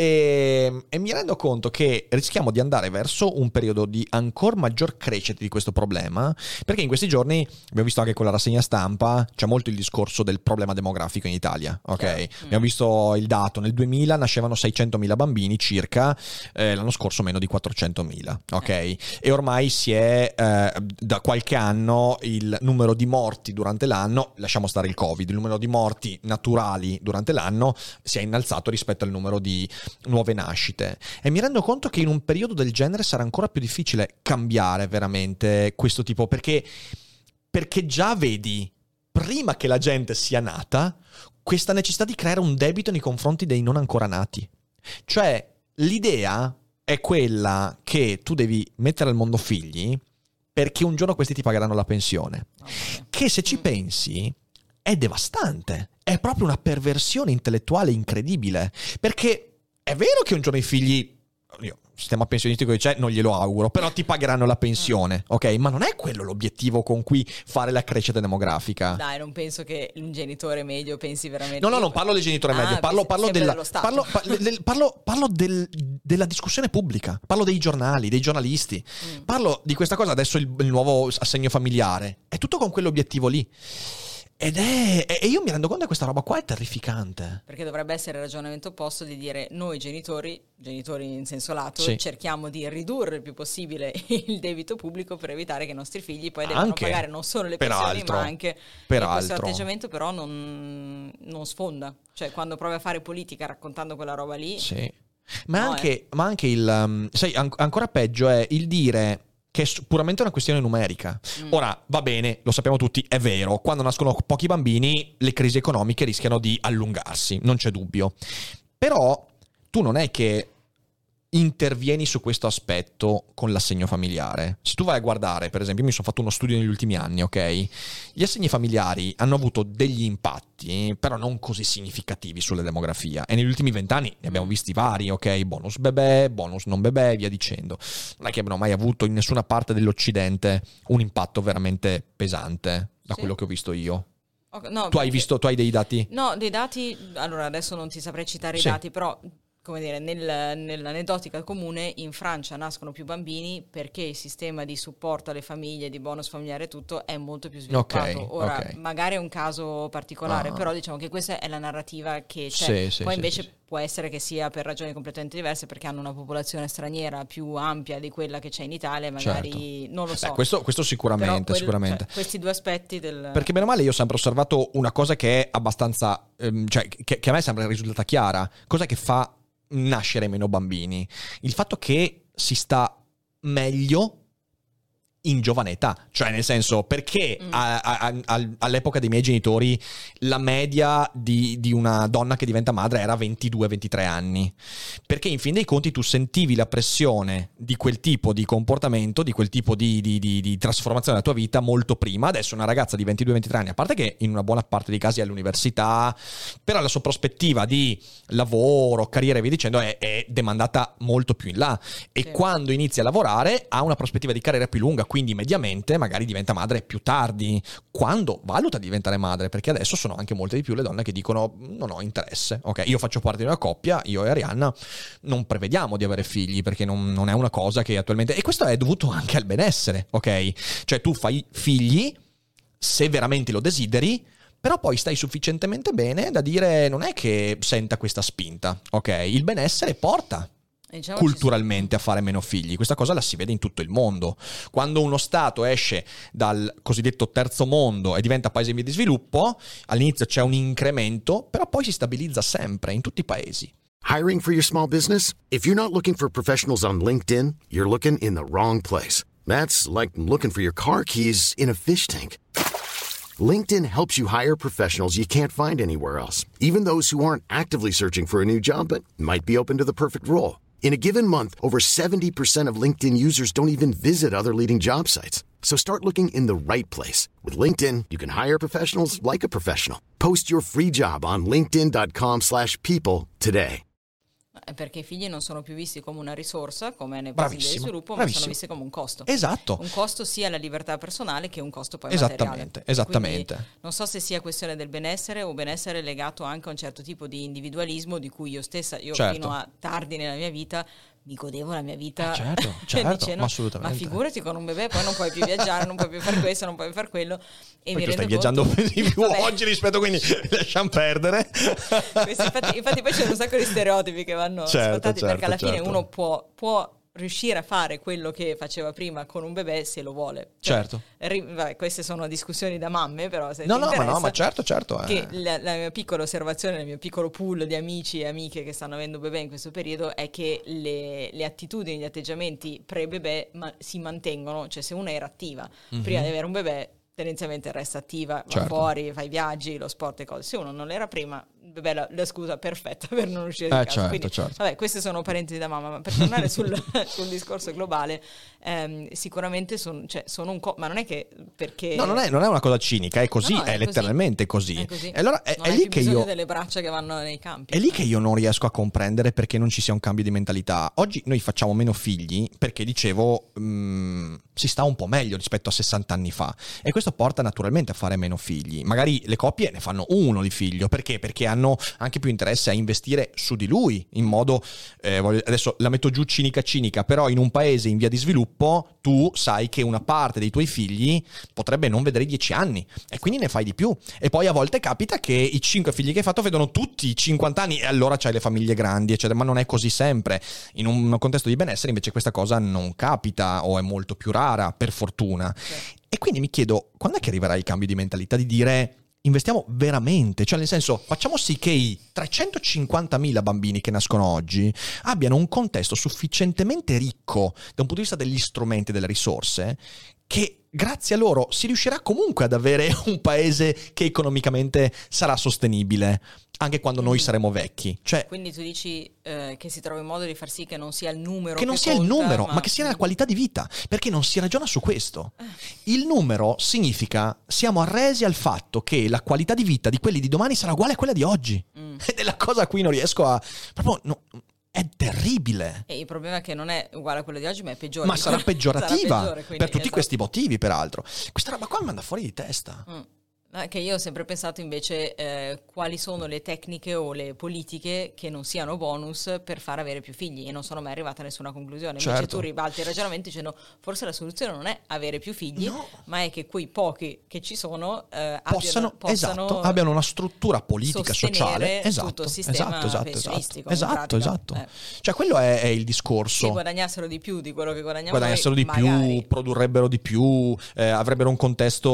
e, e mi rendo conto che rischiamo di andare verso un periodo di ancora maggior crescita di questo problema, perché in questi giorni abbiamo visto anche con la rassegna stampa c'è molto il discorso del problema demografico in Italia, ok? Chiaro. Abbiamo visto il dato, nel duemila nascevano seicentomila bambini circa, eh, l'anno scorso meno di quattrocentomila, ok? Eh. E ormai si è eh, da qualche anno il numero di morti durante l'anno, lasciamo stare il Covid, il numero di morti naturali durante l'anno si è innalzato rispetto al numero di nuove nascite, e mi rendo conto che in un periodo del genere sarà ancora più difficile cambiare veramente questo tipo, perché perché già vedi, prima che la gente sia nata, questa necessità di creare un debito nei confronti dei non ancora nati. Cioè, l'idea è quella che tu devi mettere al mondo figli perché un giorno questi ti pagheranno la pensione. Che se ci pensi è devastante. È proprio una perversione intellettuale incredibile. Perché è vero che un giorno i figli... Io, sistema pensionistico che c'è, non glielo auguro, però ti pagheranno la pensione, ok? Ma non è quello l'obiettivo con cui fare la crescita demografica. Dai, non penso che un genitore medio pensi veramente... No, no, non parlo del genitore ah, medio, parlo, parlo, della, parlo, del, parlo, parlo del, della discussione pubblica, parlo dei giornali, dei giornalisti, mm. parlo di questa cosa, adesso il, il nuovo assegno familiare, è tutto con quell'obiettivo lì. Ed è... E io mi rendo conto che questa roba qua è terrificante. Perché dovrebbe essere il ragionamento opposto di dire noi genitori, genitori in senso lato, sì. cerchiamo di ridurre il più possibile il debito pubblico per evitare che i nostri figli poi debbano anche, pagare non solo le pensioni altro, ma anche... Per e altro. questo atteggiamento però non, non sfonda. Cioè quando provi a fare politica raccontando quella roba lì... Sì. Ma, no, anche, eh. ma anche il... Um, sai, an- ancora peggio è il dire... che è puramente una questione numerica. Mm. Ora, va bene, lo sappiamo tutti, è vero, quando nascono pochi bambini le crisi economiche rischiano di allungarsi, non c'è dubbio. Però tu non è che intervieni su questo aspetto con l'assegno familiare. Se tu vai a guardare, per esempio, io mi sono fatto uno studio negli ultimi anni, ok? Gli assegni familiari hanno avuto degli impatti, però non così significativi sulla demografia. E negli ultimi vent'anni ne abbiamo visti vari, ok? Bonus bebè, bonus non bebè, via dicendo. Non è che abbiano mai avuto in nessuna parte dell'Occidente un impatto veramente pesante, da sì. quello che ho visto io. Okay, no, tu perché... hai visto, tu hai dei dati? No, dei dati, allora adesso non ti saprei citare sì. i dati, però... come dire, nel, nell'aneddotica comune in Francia nascono più bambini perché il sistema di supporto alle famiglie, di bonus familiare e tutto è molto più sviluppato. Okay, Ora, okay. magari è un caso particolare, ah. però diciamo che questa è la narrativa che c'è. Sì, Poi sì, invece sì, sì. può essere che sia per ragioni completamente diverse, perché hanno una popolazione straniera più ampia di quella che c'è in Italia, magari certo. non lo so. Beh, questo, questo sicuramente, quel, sicuramente. Cioè, questi due aspetti del... Perché bene o male io ho sempre osservato una cosa che è abbastanza, ehm, cioè che, che a me sembra risultata chiara. Cos'è che fa nascere meno bambini? Il fatto che si sta meglio in giovane età, cioè nel senso, perché mm. a, a, a, all'epoca dei miei genitori la media di, di una donna che diventa madre era ventidue ventitré anni, perché in fin dei conti tu sentivi la pressione di quel tipo di comportamento, di quel tipo di, di, di, di trasformazione della tua vita molto prima. Adesso una ragazza di ventidue ventitré anni, a parte che in una buona parte dei casi è all'università, però la sua prospettiva di lavoro, carriera e via dicendo è, è demandata molto più in là, e sì. quando inizia a lavorare ha una prospettiva di carriera più lunga, quindi mediamente magari diventa madre più tardi, quando valuta di diventare madre, perché adesso sono anche molte di più le donne che dicono non ho interesse, ok, io faccio parte di una coppia, io e Arianna non prevediamo di avere figli perché non, non è una cosa che attualmente, e questo è dovuto anche al benessere, ok, cioè tu fai figli se veramente lo desideri, però poi stai sufficientemente bene da dire non è che senta questa spinta, ok? Il benessere porta diciamo culturalmente a fare meno figli. Questa cosa la si vede in tutto il mondo. Quando uno stato esce dal cosiddetto terzo mondo e diventa paese in via di sviluppo, all'inizio c'è un incremento, però poi si stabilizza sempre in tutti i paesi. Hiring for your small business? If you're not looking for professionals on LinkedIn, you're looking in the wrong place. That's like looking for your car keys in a fish tank. LinkedIn helps you hire professionals you can't find anywhere else, even those who aren't actively searching for a new job but might be open to the perfect role. In a given month, over seventy percent of LinkedIn users don't even visit other leading job sites. So start looking in the right place. With LinkedIn, you can hire professionals like a professional. Post your free job on linkedin dot com slash people today. Perché i figli non sono più visti come una risorsa, come nei paesi di sviluppo, ma bravissimo. sono visti come un costo. Esatto. Un costo sia la libertà personale che un costo poi esattamente, materiale. Esattamente. Quindi non so se sia questione del benessere o benessere legato anche a un certo tipo di individualismo di cui io stessa, io certo. fino a tardi nella mia vita mi godevo la mia vita, eh certo, certo, dicendo, ma assolutamente. Ma figurati con un bebè, poi non puoi più viaggiare, non puoi più fare questo, non puoi più fare quello. E poi mi tu stai viaggiando di più oggi rispetto, quindi lasciamo perdere. Questo, infatti, infatti poi c'è un sacco di stereotipi che vanno certo, sfatati, certo, perché alla certo. fine uno può, può riuscire a fare quello che faceva prima con un bebè se lo vuole. Cioè, certo. Ri- vabbè, queste sono discussioni da mamme, però se no, ti no, ma no, ma interessa, certo, certo. Eh. Che la, la mia piccola osservazione, il mio piccolo pool di amici e amiche che stanno avendo bebè in questo periodo è che le, le attitudini, gli atteggiamenti pre-bebè ma, si mantengono, cioè se una era attiva mm-hmm. prima di avere un bebè, tendenzialmente resta attiva, va certo. fuori, fa i viaggi, lo sport e cose. Se uno non l'era prima, bebè, la, la scusa perfetta per non uscire di eh, casa. certo, Quindi, certo. vabbè, queste sono parentesi da mamma, ma per tornare sul, sul discorso globale, ehm, sicuramente sono, cioè, sono un co- ma non è che perché... No, non è, non è una cosa cinica, è così, no, no, è, è letteralmente così. così. È così. E allora è, non è hai lì più che bisogno io... delle braccia che vanno nei campi. È lì che io non riesco a comprendere perché non ci sia un cambio di mentalità. Oggi noi facciamo meno figli perché, dicevo, mh, si sta un po' meglio rispetto a sessanta anni fa. E questo porta naturalmente a fare meno figli. Magari le coppie ne fanno uno di figlio. Perché? Perché hanno anche più interesse a investire su di lui, in modo, eh, voglio, adesso la metto giù cinica cinica, però in un paese in via di sviluppo tu sai che una parte dei tuoi figli potrebbe non vedere i dieci anni e quindi ne fai di più. E poi a volte capita che i cinque figli che hai fatto vedono tutti i cinquanta anni e allora c'hai le famiglie grandi, eccetera, ma non è così sempre. In un contesto di benessere invece questa cosa non capita o è molto più rara, per fortuna. Sì. E quindi mi chiedo, quando è che arriverà il cambio di mentalità di dire investiamo veramente, cioè nel senso facciamo sì che i trecentocinquantamila bambini che nascono oggi abbiano un contesto sufficientemente ricco da un punto di vista degli strumenti e delle risorse che grazie a loro si riuscirà comunque ad avere un paese che economicamente sarà sostenibile anche quando noi saremo vecchi. Cioè, quindi tu dici eh, che si trova in modo di far sì che non sia il numero che che non sia conta, il numero, ma... ma che sia la qualità di vita, perché non si ragiona su questo. Il numero significa siamo arresi al fatto che la qualità di vita di quelli di domani sarà uguale a quella di oggi. Mm. Ed è la cosa a cui non riesco a proprio no, è terribile. E il problema è che non è uguale a quella di oggi, ma è peggiore. Ma sarà peggiorativa sarà peggiore, per tutti esatto. questi motivi, peraltro. Questa roba qua mi manda fuori di testa. Mm. Che io ho sempre pensato invece eh, quali sono le tecniche o le politiche che non siano bonus per far avere più figli, e non sono mai arrivata a nessuna conclusione. Invece certo. tu ribalti il ragionamento dicendo forse la soluzione non è avere più figli, no. ma è che quei pochi che ci sono eh, possano, abbiano, possano esatto, abbiano una struttura politica, sociale, esatto, tutto il sistema esatto, esatto, pensionistico. esatto, esatto. Eh. Cioè quello è, è il discorso. Se guadagnassero di più di quello che guadagniamo guadagnassero noi, di magari. più, produrrebbero di più, eh, avrebbero un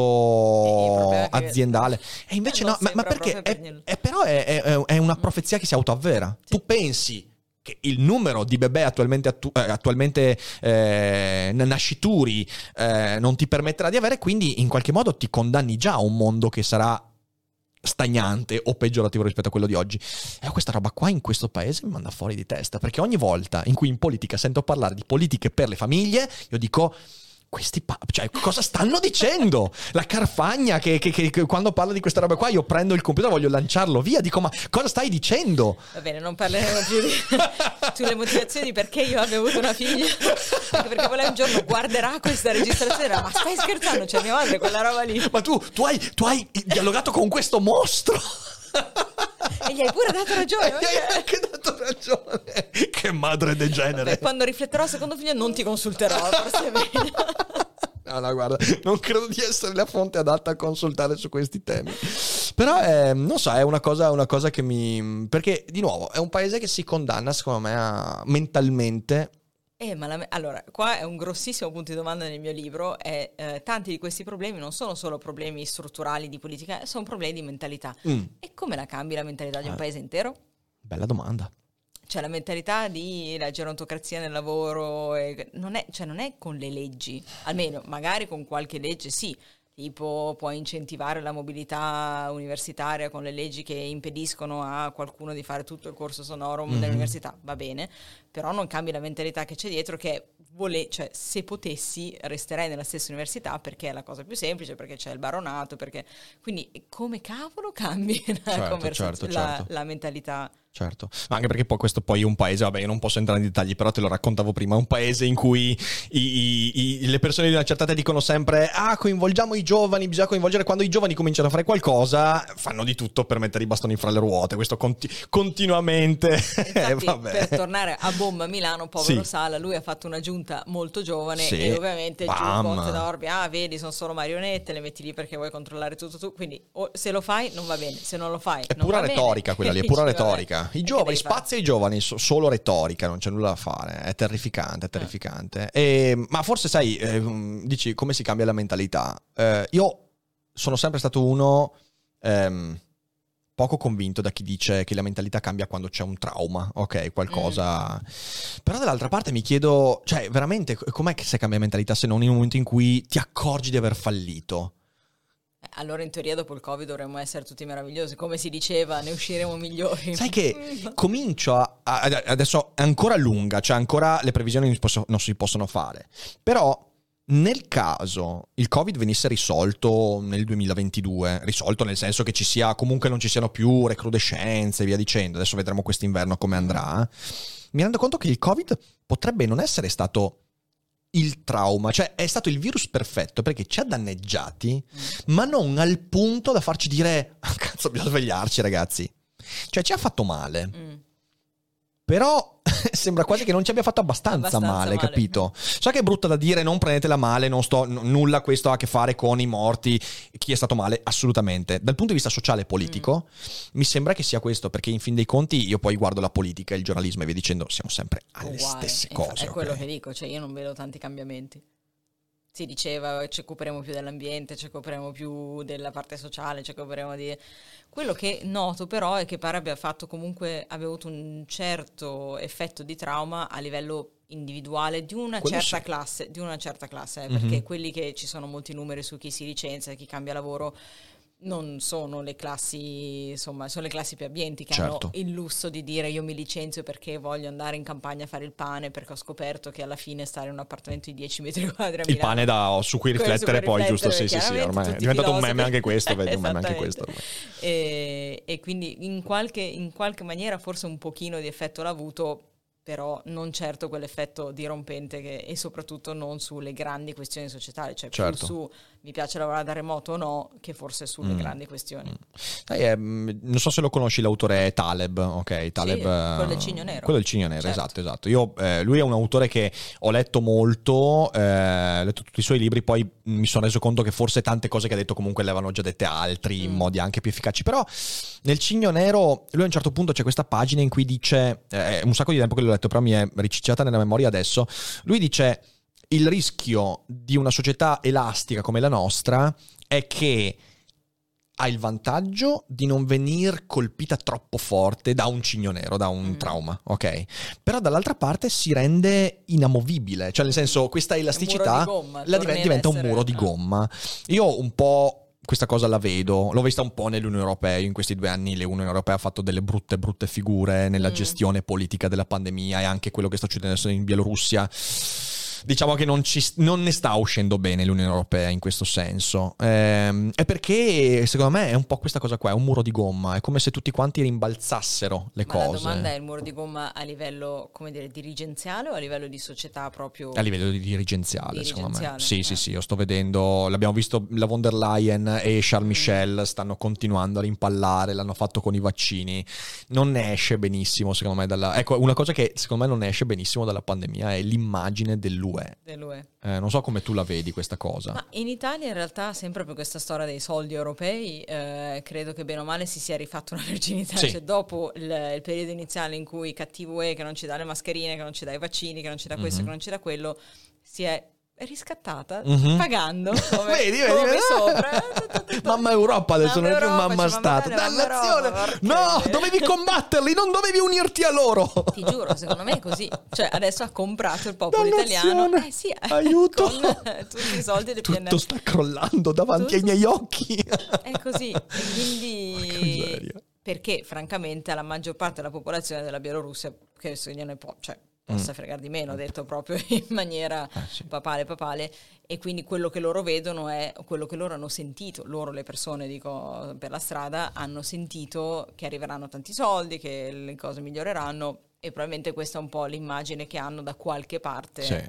contesto aziendale. E invece no, ma, ma perché? Per è, è, però è, è, è una profezia che si autoavvera. Sì. Tu pensi che il numero di bebè attualmente, attu- eh, attualmente eh, nascituri eh, non ti permetterà di avere, quindi in qualche modo ti condanni già a un mondo che sarà stagnante o peggiorativo rispetto a quello di oggi. E questa roba qua in questo paese mi manda fuori di testa, perché ogni volta in cui in politica sento parlare di politiche per le famiglie, io dico... Questi pa- cioè, cosa stanno dicendo? La Carfagna che, che, che, che quando parla di questa roba qua io prendo il computer e voglio lanciarlo via. Dico, ma cosa stai dicendo? Va bene, non parleremo più di sulle motivazioni perché io abbia avuto una figlia. Anche perché poi lei un giorno guarderà questa registrazione. Ma stai scherzando? C'è mia madre quella roba lì. Ma tu, tu hai, tu hai dialogato con questo mostro. E gli hai pure dato ragione. Gli hai anche dato ragione. Che madre degenere. Vabbè, quando rifletterò al secondo figlio non ti consulterò, forse è meglio. No, no, guarda, non credo di essere la fonte adatta a consultare su questi temi. Però è, non so, è una cosa, una cosa che mi... Perché, di nuovo, è un paese che si condanna, secondo me, a, mentalmente... Eh, ma la, allora, qua è un grossissimo punto di domanda nel mio libro. È, eh, tanti di questi problemi non sono solo problemi strutturali di politica, sono problemi di mentalità. Mm. E come la cambi la mentalità di un eh. paese intero? Bella domanda. Cioè la mentalità di la gerontocrazia nel lavoro e non è, cioè non è con le leggi, almeno magari con qualche legge sì, tipo puoi incentivare la mobilità universitaria con le leggi che impediscono a qualcuno di fare tutto il corso sonorum mm-hmm. dell'università, va bene, però non cambi la mentalità che c'è dietro, che vole, cioè se potessi resterei nella stessa università perché è la cosa più semplice, perché c'è il baronato, perché quindi come cavolo cambi la, certo, conversaz- certo, la, certo. la mentalità? Certo, anche perché poi questo poi è un paese, vabbè io non posso entrare in dettagli, però te lo raccontavo prima, è un paese in cui i, i, i, le persone di una certa età dicono sempre ah coinvolgiamo i giovani, bisogna coinvolgere, quando i giovani cominciano a fare qualcosa fanno di tutto per mettere i bastoni fra le ruote, questo conti- continuamente. Infatti, vabbè. Per tornare a Bomba Milano, povero sì. Sala, lui ha fatto una giunta molto giovane sì. e ovviamente giù Bam. Ponte d'Orbi, ah vedi sono solo marionette, le metti lì perché vuoi controllare tutto tu, quindi o, se lo fai non va bene, se non lo fai è non pura va retorica bene. quella lì, è pura Dici, retorica. vabbè, I giovani, spazio ai giovani, so, solo retorica, non c'è nulla da fare, è terrificante, è terrificante. Eh. E, ma forse sai, eh, dici come si cambia la mentalità? Eh, io sono sempre stato uno ehm, poco convinto da chi dice che la mentalità cambia quando c'è un trauma, ok, qualcosa. Mm. Però dall'altra parte mi chiedo, cioè veramente com'è che si cambia mentalità se non in un momento in cui ti accorgi di aver fallito? Allora in teoria dopo il Covid dovremmo essere tutti meravigliosi, come si diceva, ne usciremo migliori. Sai che comincio a, a adesso è ancora lunga, cioè ancora le previsioni non si, posso, non si possono fare, però nel caso il Covid venisse risolto nel duemilaventidue, risolto nel senso che ci sia comunque non ci siano più recrudescenze e via dicendo, adesso vedremo quest'inverno come andrà, mi rendo conto che il Covid potrebbe non essere stato il trauma, cioè è stato il virus perfetto perché ci ha danneggiati, mm. ma non al punto da farci dire oh, cazzo bisogna svegliarci ragazzi, cioè ci ha fatto male, mm. però sembra quasi che non ci abbia fatto abbastanza, abbastanza male, male, capito? So che è brutta da dire, non prendetela male, non sto n- nulla questo ha a che fare con i morti, chi è stato male, assolutamente. Dal punto di vista sociale e politico, mm. mi sembra che sia questo, perché in fin dei conti io poi guardo la politica, il giornalismo e via dicendo, siamo sempre alle Uguale. stesse Inf- cose. È quello okay? che dico, cioè io non vedo tanti cambiamenti. Si diceva ci occuperemo più dell'ambiente, ci occuperemo più della parte sociale, ci occuperemo di... Quello che noto però è che pare abbia fatto comunque, abbia avuto un certo effetto di trauma a livello individuale di una Quello certa sì. classe, di una certa classe, eh, mm-hmm. perché quelli che ci sono molti numeri su chi si licenzia, chi cambia lavoro, non sono le classi, insomma, sono le classi più abbienti che certo. hanno il lusso di dire io mi licenzio perché voglio andare in campagna a fare il pane, perché ho scoperto che alla fine stare in un appartamento di dieci metri quadri a il Milano, pane da, su cui riflettere poi, riflettere, giusto? Sì, sì, sì, ormai è diventato un meme anche questo, vedi, un meme anche questo. E, e quindi in qualche, in qualche maniera forse un pochino di effetto l'ha avuto, però non certo quell'effetto dirompente che, e soprattutto non sulle grandi questioni societali, cioè certo. più su mi piace lavorare da remoto o no, che forse sulle mm. grandi questioni. Mm. Eh, non so se lo conosci, l'autore è Taleb, ok? Taleb, sì, quello del Cigno Nero. Quello del Cigno Nero, certo. esatto, esatto. Io, eh, lui è un autore che ho letto molto, eh, ho letto tutti i suoi libri, poi mi sono reso conto che forse tante cose che ha detto comunque le avevano già dette altri mm. in modi anche più efficaci, però nel Cigno Nero lui a un certo punto c'è questa pagina in cui dice, eh, un sacco di tempo che l'ho letto, però mi è ricicciata nella memoria adesso, lui dice il rischio di una società elastica come la nostra è che ha il vantaggio di non venir colpita troppo forte da un cigno nero, da un mm. trauma, ok? Però dall'altra parte si rende inamovibile, cioè nel senso questa elasticità gomma, la diventa, diventa un muro di ah. gomma. Io un po' questa cosa la vedo, l'ho vista un po' nell'Unione Europea, in questi due anni l'Unione Europea ha fatto delle brutte brutte figure nella mm. gestione politica della pandemia e anche quello che sta succedendo adesso in Bielorussia. Diciamo che non, ci, non ne sta uscendo bene l'Unione Europea in questo senso. Ehm, è perché, secondo me, è un po' questa cosa qua, è un muro di gomma. È come se tutti quanti rimbalzassero le Ma cose. la domanda è il muro di gomma a livello, come dire, dirigenziale o a livello di società proprio? A livello di dirigenziale, dirigenziale secondo me. Sì, eh. sì, sì, io sto vedendo, l'abbiamo visto, la von der Leyen e Charles Michel mm. stanno continuando a rimpallare, l'hanno fatto con i vaccini. Non ne esce benissimo, secondo me, dalla... Ecco, una cosa che secondo me non ne esce benissimo dalla pandemia è l'immagine dell'U dell'U E. Dell'U E. Eh, non so come tu la vedi questa cosa. Ma in Italia in realtà sempre per questa storia dei soldi europei eh, credo che bene o male si sia rifatto una virginità, sì. Cioè dopo il, il periodo iniziale in cui cattivo U E che non ci dà le mascherine, che non ci dà i vaccini, che non ci dà questo, mm-hmm. che non ci dà quello, si è riscattata mm-hmm. pagando come, vedi, vedi, come vedi. sopra mamma Europa adesso mamma non è più Europa, mamma Stato, dannazione, no, dovevi combatterli, non dovevi unirti a loro. Ti giuro, secondo me è così, cioè adesso ha comprato il popolo dannazione. Italiano eh sì, aiuto con tutti i soldi del tutto P N R R. sta crollando davanti tutto ai miei occhi, è così, e quindi perché francamente alla maggior parte della popolazione della Bielorussia che se gliene può, cioè possa mm. fregare di meno, detto proprio in maniera ah, sì. papale papale, e quindi quello che loro vedono è quello che loro hanno sentito, loro le persone dico per la strada hanno sentito che arriveranno tanti soldi, che le cose miglioreranno, e probabilmente questa è un po' l'immagine che hanno da qualche parte, sì.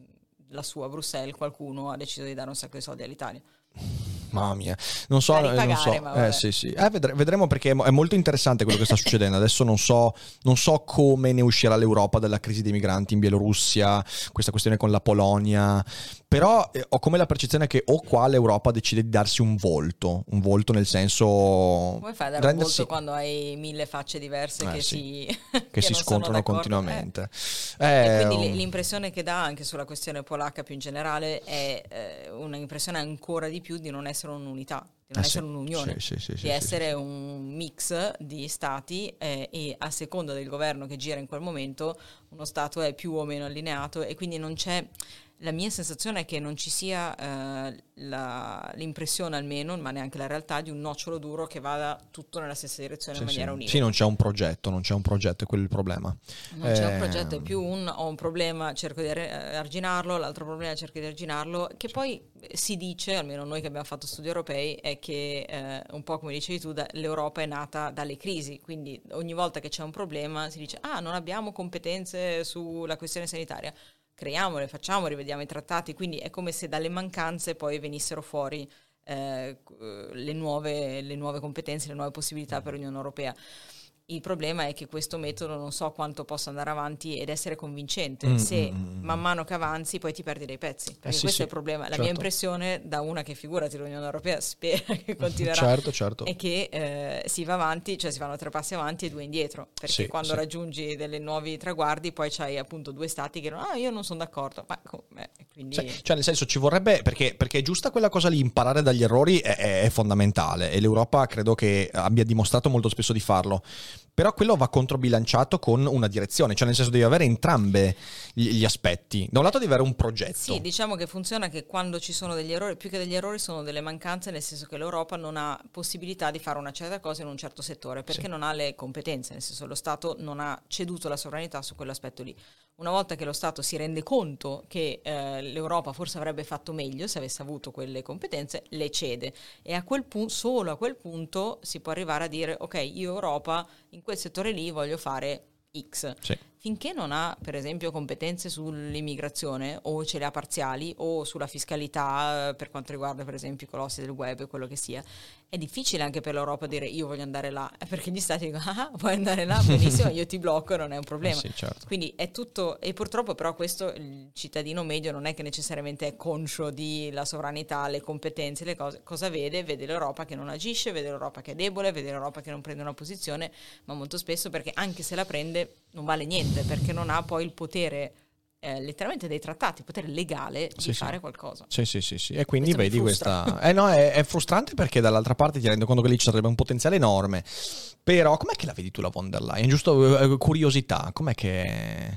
la sua Bruxelles, qualcuno ha deciso di dare un sacco di soldi all'Italia. Mamma mia, non so, ripagare, non so. Ma eh, sì, sì. Eh, vedre- vedremo perché è molto interessante quello che sta succedendo. Adesso non so, non so come ne uscirà l'Europa dalla crisi dei migranti in Bielorussia, questa questione con la Polonia, però eh, ho come la percezione che o qua l'Europa decide di darsi un volto, un volto nel senso... Come fai a dare rendersi... un volto quando hai mille facce diverse eh, che sì. si... che, che si scontrano continuamente. Eh. Eh, e quindi um... l'impressione che dà anche sulla questione polacca più in generale è eh, un'impressione ancora di più di non essere un'unità, di non eh essere sì, un'unione, sì, sì, sì, di sì, essere sì. un mix di stati eh, e a seconda del governo che gira in quel momento uno stato è più o meno allineato, e quindi non c'è... La mia sensazione è che non ci sia eh, la, l'impressione almeno, ma neanche la realtà, di un nocciolo duro che vada tutto nella stessa direzione sì, in maniera sì. univoca. Sì, non c'è un progetto, non c'è un progetto, è quello il problema. Non eh... c'è un progetto, è più un ho un problema, cerco di arginarlo, l'altro problema cerco di arginarlo, che poi si dice, almeno noi che abbiamo fatto studi europei, è che eh, un po' come dicevi tu, da, l'Europa è nata dalle crisi, quindi ogni volta che c'è un problema si dice ah, non abbiamo competenze sulla questione sanitaria. Creiamole, facciamo, rivediamo i trattati, quindi è come se dalle mancanze poi venissero fuori eh, le, nuove, le nuove competenze, le nuove possibilità per l'Unione Europea. Il problema è che questo metodo non so quanto possa andare avanti ed essere convincente, mm, se mm, man mano che avanzi poi ti perdi dei pezzi, perché eh sì, questo sì, è il problema. La certo. mia impressione, da una che figurati l'Unione Europea spera che continuerà, certo, certo. è che eh, si va avanti, cioè si fanno tre passi avanti e due indietro, perché sì, quando sì. raggiungi dei nuovi traguardi poi c'hai appunto due stati che dicono ah io non sono d'accordo, ma come? Quindi... Cioè, cioè nel senso ci vorrebbe, perché, perché è giusta quella cosa lì, imparare dagli errori è, è fondamentale, e l'Europa credo che abbia dimostrato molto spesso di farlo, però quello va controbilanciato con una direzione, cioè nel senso devi avere entrambe gli, gli aspetti. Da un lato devi avere un progetto. Sì, diciamo che funziona che quando ci sono degli errori, più che degli errori sono delle mancanze, nel senso che l'Europa non ha possibilità di fare una certa cosa in un certo settore, perché sì. non ha le competenze, nel senso lo Stato non ha ceduto la sovranità su quell'aspetto lì. Una volta che lo Stato si rende conto che eh, l'Europa forse avrebbe fatto meglio se avesse avuto quelle competenze, le cede, e a quel punto, solo a quel punto si può arrivare a dire ok, io Europa in quel settore lì voglio fare X. Sì. Finché non ha per esempio competenze sull'immigrazione, o ce le ha parziali, o sulla fiscalità per quanto riguarda per esempio i colossi del web e quello che sia, è difficile anche per l'Europa dire io voglio andare là, perché gli stati dicono ah vuoi andare là, benissimo, io ti blocco, non è un problema. Eh sì, certo. Quindi è tutto, e purtroppo però questo il cittadino medio non è che necessariamente è conscio di la sovranità, le competenze, le cose. Cosa vede? Vede l'Europa che non agisce, vede l'Europa che è debole, vede l'Europa che non prende una posizione, ma molto spesso perché anche se la prende non vale niente, perché non ha poi il potere eh, letteralmente dei trattati, il potere legale di sì, fare sì. qualcosa. Sì, sì, sì, sì. E quindi Questo vedi questa... Eh no, è, è frustrante perché dall'altra parte ti rendi conto che lì ci sarebbe un potenziale enorme. Però com'è che la vedi tu la von der Leyen? Giusto eh, curiosità, com'è che...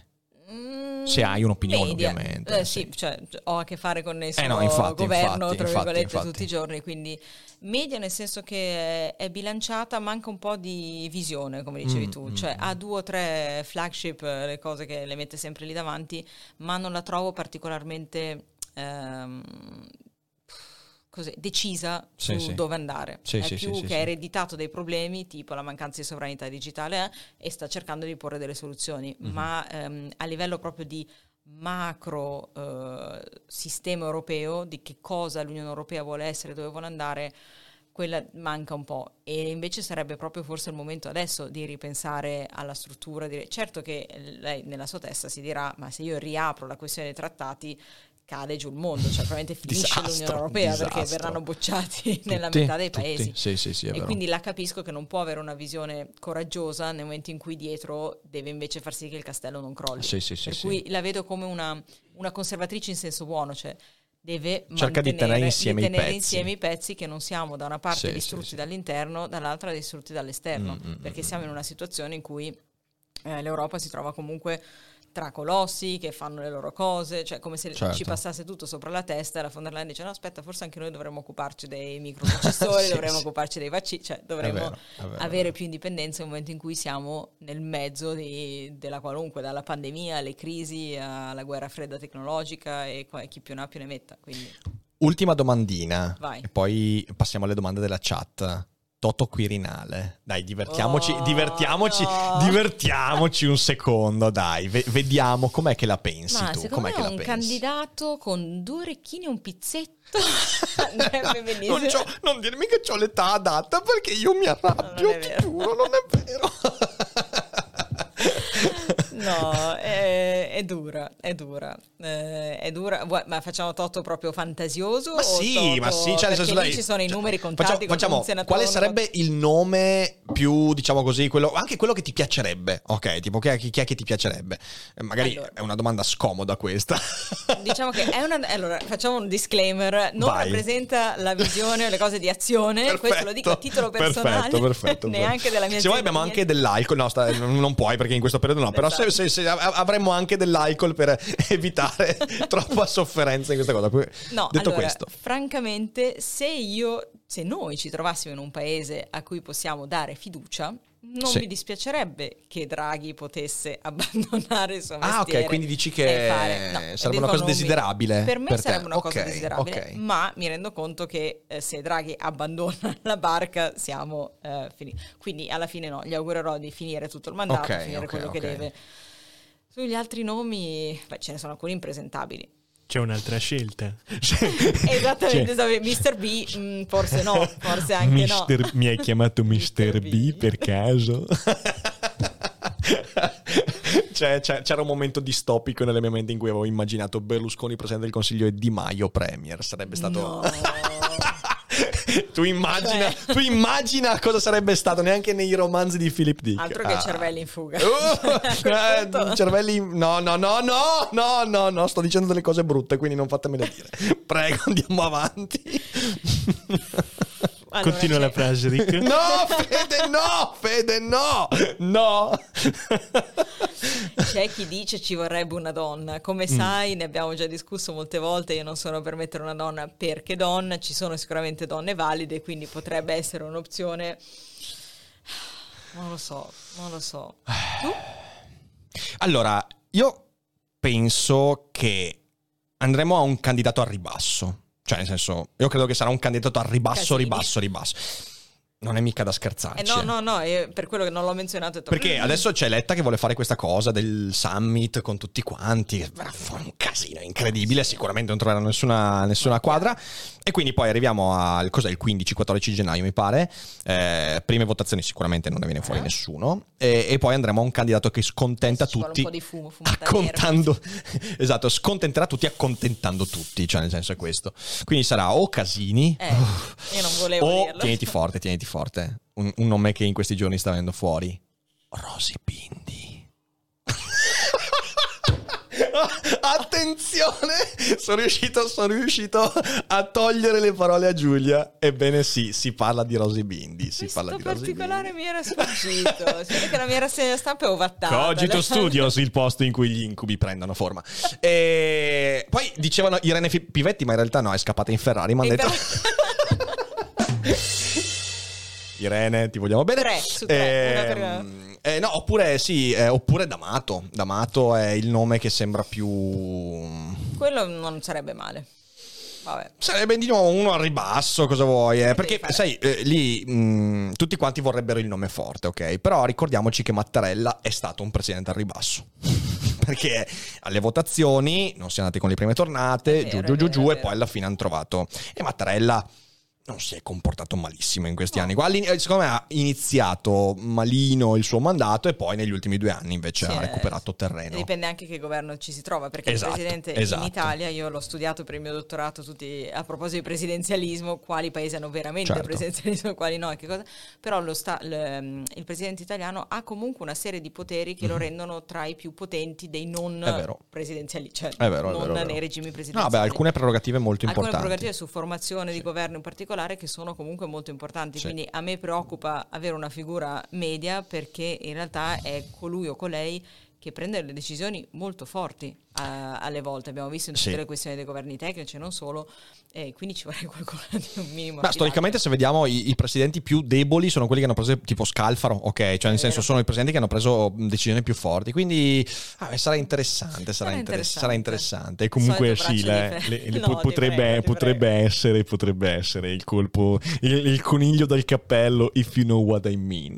Se hai un'opinione, media. ovviamente. Eh, sì, cioè, ho a che fare con il suo eh no, infatti, governo, infatti, tra infatti, virgolette, infatti. tutti i giorni. Quindi media nel senso che è bilanciata, manca un po' di visione, come dicevi mm, tu. Mm, cioè ha due o tre flagship, le cose che le mette sempre lì davanti, ma non la trovo particolarmente... Ehm, così, decisa sì, su sì. dove andare. Sì, è sì, più sì, che sì, ha ereditato dei problemi tipo la mancanza di sovranità digitale eh, e sta cercando di porre delle soluzioni, mm-hmm. ma ehm, a livello proprio di macro eh, sistema europeo, di che cosa l'Unione Europea vuole essere, dove vuole andare, quella manca un po', e invece sarebbe proprio forse il momento adesso di ripensare alla struttura. Di... Certo che lei nella sua testa si dirà, ma se io riapro la questione dei trattati cade giù il mondo, cioè probabilmente finisce Disastro, l'Unione Europea disastro. perché verranno bocciati Tutti, nella metà dei tutti. paesi. Sì, sì, sì, è e vero. quindi la capisco che non può avere una visione coraggiosa nel momento in cui dietro deve invece far sì che il castello non crolli. Sì, sì, sì, per sì. cui la vedo come una, una conservatrice in senso buono, cioè deve cerca di tenere insieme, di tenere i, pezzi. insieme i pezzi, che non siamo da una parte Sì, distrutti sì, sì. dall'interno, dall'altra distrutti dall'esterno, Mm, mm, perché mm. siamo in una situazione in cui eh, l'Europa si trova comunque tra colossi che fanno le loro cose, cioè come se Certo. ci passasse tutto sopra la testa, e la von der Leyen dice no aspetta, forse anche noi dovremmo occuparci dei microprocessori, Sì, dovremmo sì. occuparci dei vaccini, cioè dovremmo È vero, è vero, è avere vero. più indipendenza nel momento in cui siamo nel mezzo di, della qualunque, dalla pandemia alle crisi alla guerra fredda tecnologica e qua- chi più ne ha più ne metta. Quindi Ultima domandina, Vai. e poi passiamo alle domande della chat. Toto Quirinale, dai, divertiamoci, Oh, divertiamoci, no. divertiamoci un secondo, dai, ve- vediamo com'è che la pensi ma tu, secondo com'è me che la un pensi? candidato con due orecchini e un pizzetto andrebbe benissimo. Non, c'ho- non dirmi che ho l'età adatta perché io mi arrabbio, Non è ti vero. giuro, non è vero. No, è, è dura, è dura, eh, è dura. Vuoi- ma facciamo Toto proprio fantasioso? Ma o sì, Toto- ma sì, cioè nel perché senso, lì dai, ci sono i cioè, numeri facciamo- contati. con facciamo, un senatore, quale una- sarebbe il nome più, diciamo così, quello, anche quello che ti piacerebbe, ok? Tipo, chi è, chi è che ti piacerebbe? Eh, Magari Allora. è una domanda scomoda questa. Diciamo che è una. Allora, facciamo un disclaimer: non Vai. rappresenta la visione o le cose di azione. Questo lo dico a titolo personale, Perfetto, perfetto. neanche della mia Se vuoi azienda, abbiamo niente. anche dell'alcol, no, sta- non non puoi perché in questo periodo no, però se, se- se av- avremmo anche dell'alcol per evitare troppa sofferenza in questa cosa. No, Detto allora, questo, francamente, se io, se noi ci trovassimo in un paese a cui possiamo dare fiducia, non Sì. mi dispiacerebbe che Draghi potesse abbandonare il suo Ah, mestiere. ok, quindi dici che e fare- no, sarebbe dico una cosa nomi. desiderabile Per me per te. sarebbe una cosa Ok, desiderabile, ok. ma mi rendo conto che eh, se Draghi abbandona la barca siamo eh, finiti. Quindi alla fine no, gli augurerò di finire tutto il mandato, Ok, finire ok, quello che ok. deve. Sugli altri nomi, beh, ce ne sono alcuni impresentabili. C'è un'altra scelta. Esattamente, sapevi, mister B, mm, forse no, forse anche no. Mister Mi hai chiamato mister mister B B per caso? Cioè, c'è- c'era un momento distopico nelle mie mente in cui avevo immaginato Berlusconi presidente del Consiglio e Di Maio premier. Sarebbe stato. No. tu immagina, Cioè. tu immagina cosa sarebbe stato neanche nei romanzi di Philip Dick. Altro che Ah. cervelli in fuga. Uh, A quel eh, punto- cervelli no no no no no no no sto dicendo delle cose brutte, quindi non fatemele dire. Prego, andiamo avanti. Allora, Continua c'è- la frase, Rick. No, Fede, no, Fede, no, no. C'è chi dice ci vorrebbe una donna. Come Mm. sai, ne abbiamo già discusso molte volte. Io non sono per mettere una donna perché donna. Ci sono sicuramente donne valide, quindi potrebbe essere un'opzione. Non lo so, non lo so. Tu? Allora, io penso che andremo a un candidato a ribasso. Cioè, nel senso, io credo che sarà un candidato a ribasso, Casini. ribasso, ribasso. Non è mica da scherzarci. Eh no, eh. no, no, io per quello che non l'ho menzionato. ho detto, Perché "Mm". adesso c'è Letta che vuole fare questa cosa del summit con tutti quanti, che verrà fuori un casino incredibile, sicuramente non troveranno nessuna, nessuna quadra, e quindi poi arriviamo al cos'è, il quindici quattordici gennaio mi pare, eh, prime votazioni sicuramente non ne viene fuori Eh. nessuno, e, e poi andremo a un candidato che scontenta Ci vuole tutti, un po' di fumo, fumata nera. accontando, esatto, scontenterà tutti accontentando tutti, cioè nel senso è questo, quindi sarà o Casini, Eh, io non volevo o dirlo. tieniti forte, tieniti forte. Un, un nome che in questi giorni sta venendo fuori. Rosy Bindi. Attenzione! Sono riuscito, sono riuscito a togliere le parole a Giulia. Ebbene sì, si parla di Rosy Bindi. Si Questo parla di Rosy particolare Bindi. mi era sfuggito. Si vede che la mia rassegna stampa è ovattata. Cogito Studios, il posto in cui gli incubi prendono forma. E poi dicevano Irene Fi- Pivetti, ma in realtà no, è scappata in Ferrari. Mi hanno In detto. Irene, ti vogliamo bene. Tre su tre, una per- Ehm, eh, no, oppure sì, eh, oppure D'Amato. D'Amato è il nome che sembra più. Quello non sarebbe male. Vabbè. Sarebbe di nuovo uno al ribasso, cosa vuoi? Eh? Perché, fare. sai, eh, lì mh, tutti quanti vorrebbero il nome forte, ok? Però ricordiamoci che Mattarella è stato un presidente al ribasso. Perché alle votazioni non si è andati con le prime tornate, È giù vero, giù è giù vero, giù, è e vero. poi alla fine hanno trovato. E Mattarella non si è comportato malissimo in questi no. anni. Qua, secondo me ha iniziato malino il suo mandato e poi negli ultimi due anni invece sì, ha recuperato terreno. Dipende anche che governo ci si trova, perché esatto, il presidente esatto. in Italia, io l'ho studiato per il mio dottorato tutti a proposito di presidenzialismo, quali paesi hanno veramente certo. presidenzialismo e quali no, e che cosa. Però lo sta, l, il presidente italiano ha comunque una serie di poteri che mm-hmm. lo rendono tra i più potenti dei non presidenziali, cioè è vero, non è vero, è vero. nei regimi presidenziali. No, beh, alcune prerogative molto alcune importanti. Alcune prerogative su formazione sì. di governo in particolare che sono comunque molto importanti, sì. quindi a me preoccupa avere una figura media, perché in realtà è colui o colei che prende le decisioni molto forti uh, alle volte. Abbiamo visto in tutte sì. le questioni dei governi tecnici e non solo, e quindi ci vorrei qualcuno di un minimo. Ma storicamente, se vediamo, i, i presidenti più deboli sono quelli che hanno preso tipo Scalfaro, ok? Cioè, nel è senso, vero. sono i presidenti che hanno preso decisioni più forti. Quindi ah, sarà interessante, sarà, sarà, interessante. sarà interessante. E comunque sì, le, le, le, no, potrebbe, prego, potrebbe essere, potrebbe essere il colpo, il, il coniglio del cappello, if you know what I mean.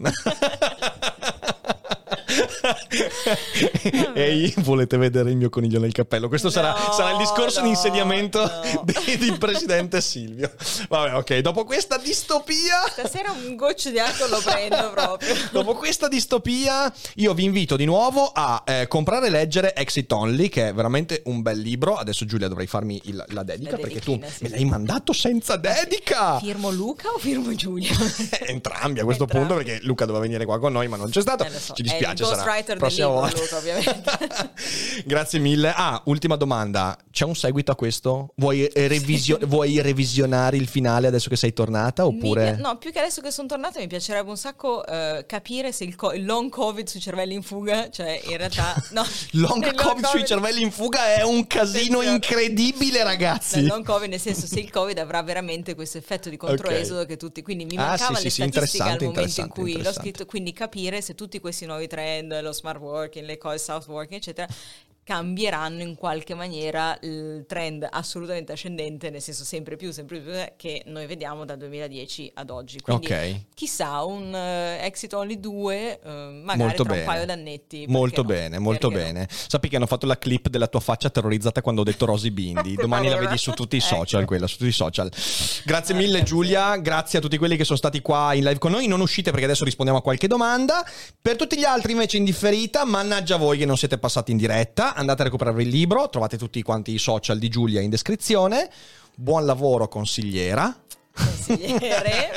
Ehi, volete vedere il mio coniglio nel cappello? Questo no, sarà, sarà il discorso no, di insediamento no. del presidente Silvio. Vabbè, ok, dopo questa distopia, stasera un goccio di acqua lo prendo proprio. Dopo questa distopia io vi invito di nuovo a eh, comprare e leggere Exit Only, che è veramente un bel libro. Adesso Giulia dovrei farmi il, la dedica, la perché tu sì. me l'hai mandato senza dedica. Firmo Luca o firmo Giulia? Entrambi a questo Entrambi. punto, perché Luca doveva venire qua con noi ma non c'è stato, eh, so. ci dispiace, sarà prossima volta. Luca, ovviamente. Grazie mille. Ah, ultima domanda, c'è un seguito a questo? Vuoi, revisio- sì. vuoi revisionare il finale adesso che sei tornata oppure? Pi- no, più che adesso che sono tornata mi piacerebbe un sacco uh, capire se il, co- il long covid sui cervelli in fuga, cioè in realtà no, long, long covid sui cervelli in fuga è un casino incredibile, ragazzi. Il long covid, nel senso, se il covid avrà veramente questo effetto di controesodo okay. che tutti, quindi mi mancava ah, sì, le sì, statistiche al momento in cui l'ho scritto, quindi capire se tutti questi nuovi trend, lo smart working, le cose south working eccetera, cambieranno in qualche maniera il trend assolutamente ascendente, nel senso sempre più, sempre più, che noi vediamo dal duemiladieci ad oggi. Quindi okay. chissà, un uh, Exit Only due, uh, magari molto tra bene. un paio d'annetti. Molto no? bene, molto perché bene. No? Sappi che hanno fatto la clip della tua faccia terrorizzata quando ho detto Rosy Bindi. Domani la vedi su tutti i social, ecco. quella, su tutti i social. Grazie mille grazie. Giulia, grazie a tutti quelli che sono stati qua in live con noi. Non uscite perché adesso rispondiamo a qualche domanda. Per tutti gli altri invece in differita, mannaggia voi che non siete passati in diretta. Andate a recuperare il libro, trovate tutti quanti i social di Giulia in descrizione. Buon lavoro, consigliera. Consigliere.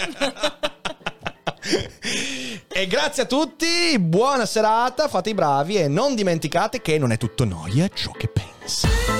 E grazie a tutti, buona serata, fate i bravi e non dimenticate che non è tutto noia ciò che pensa.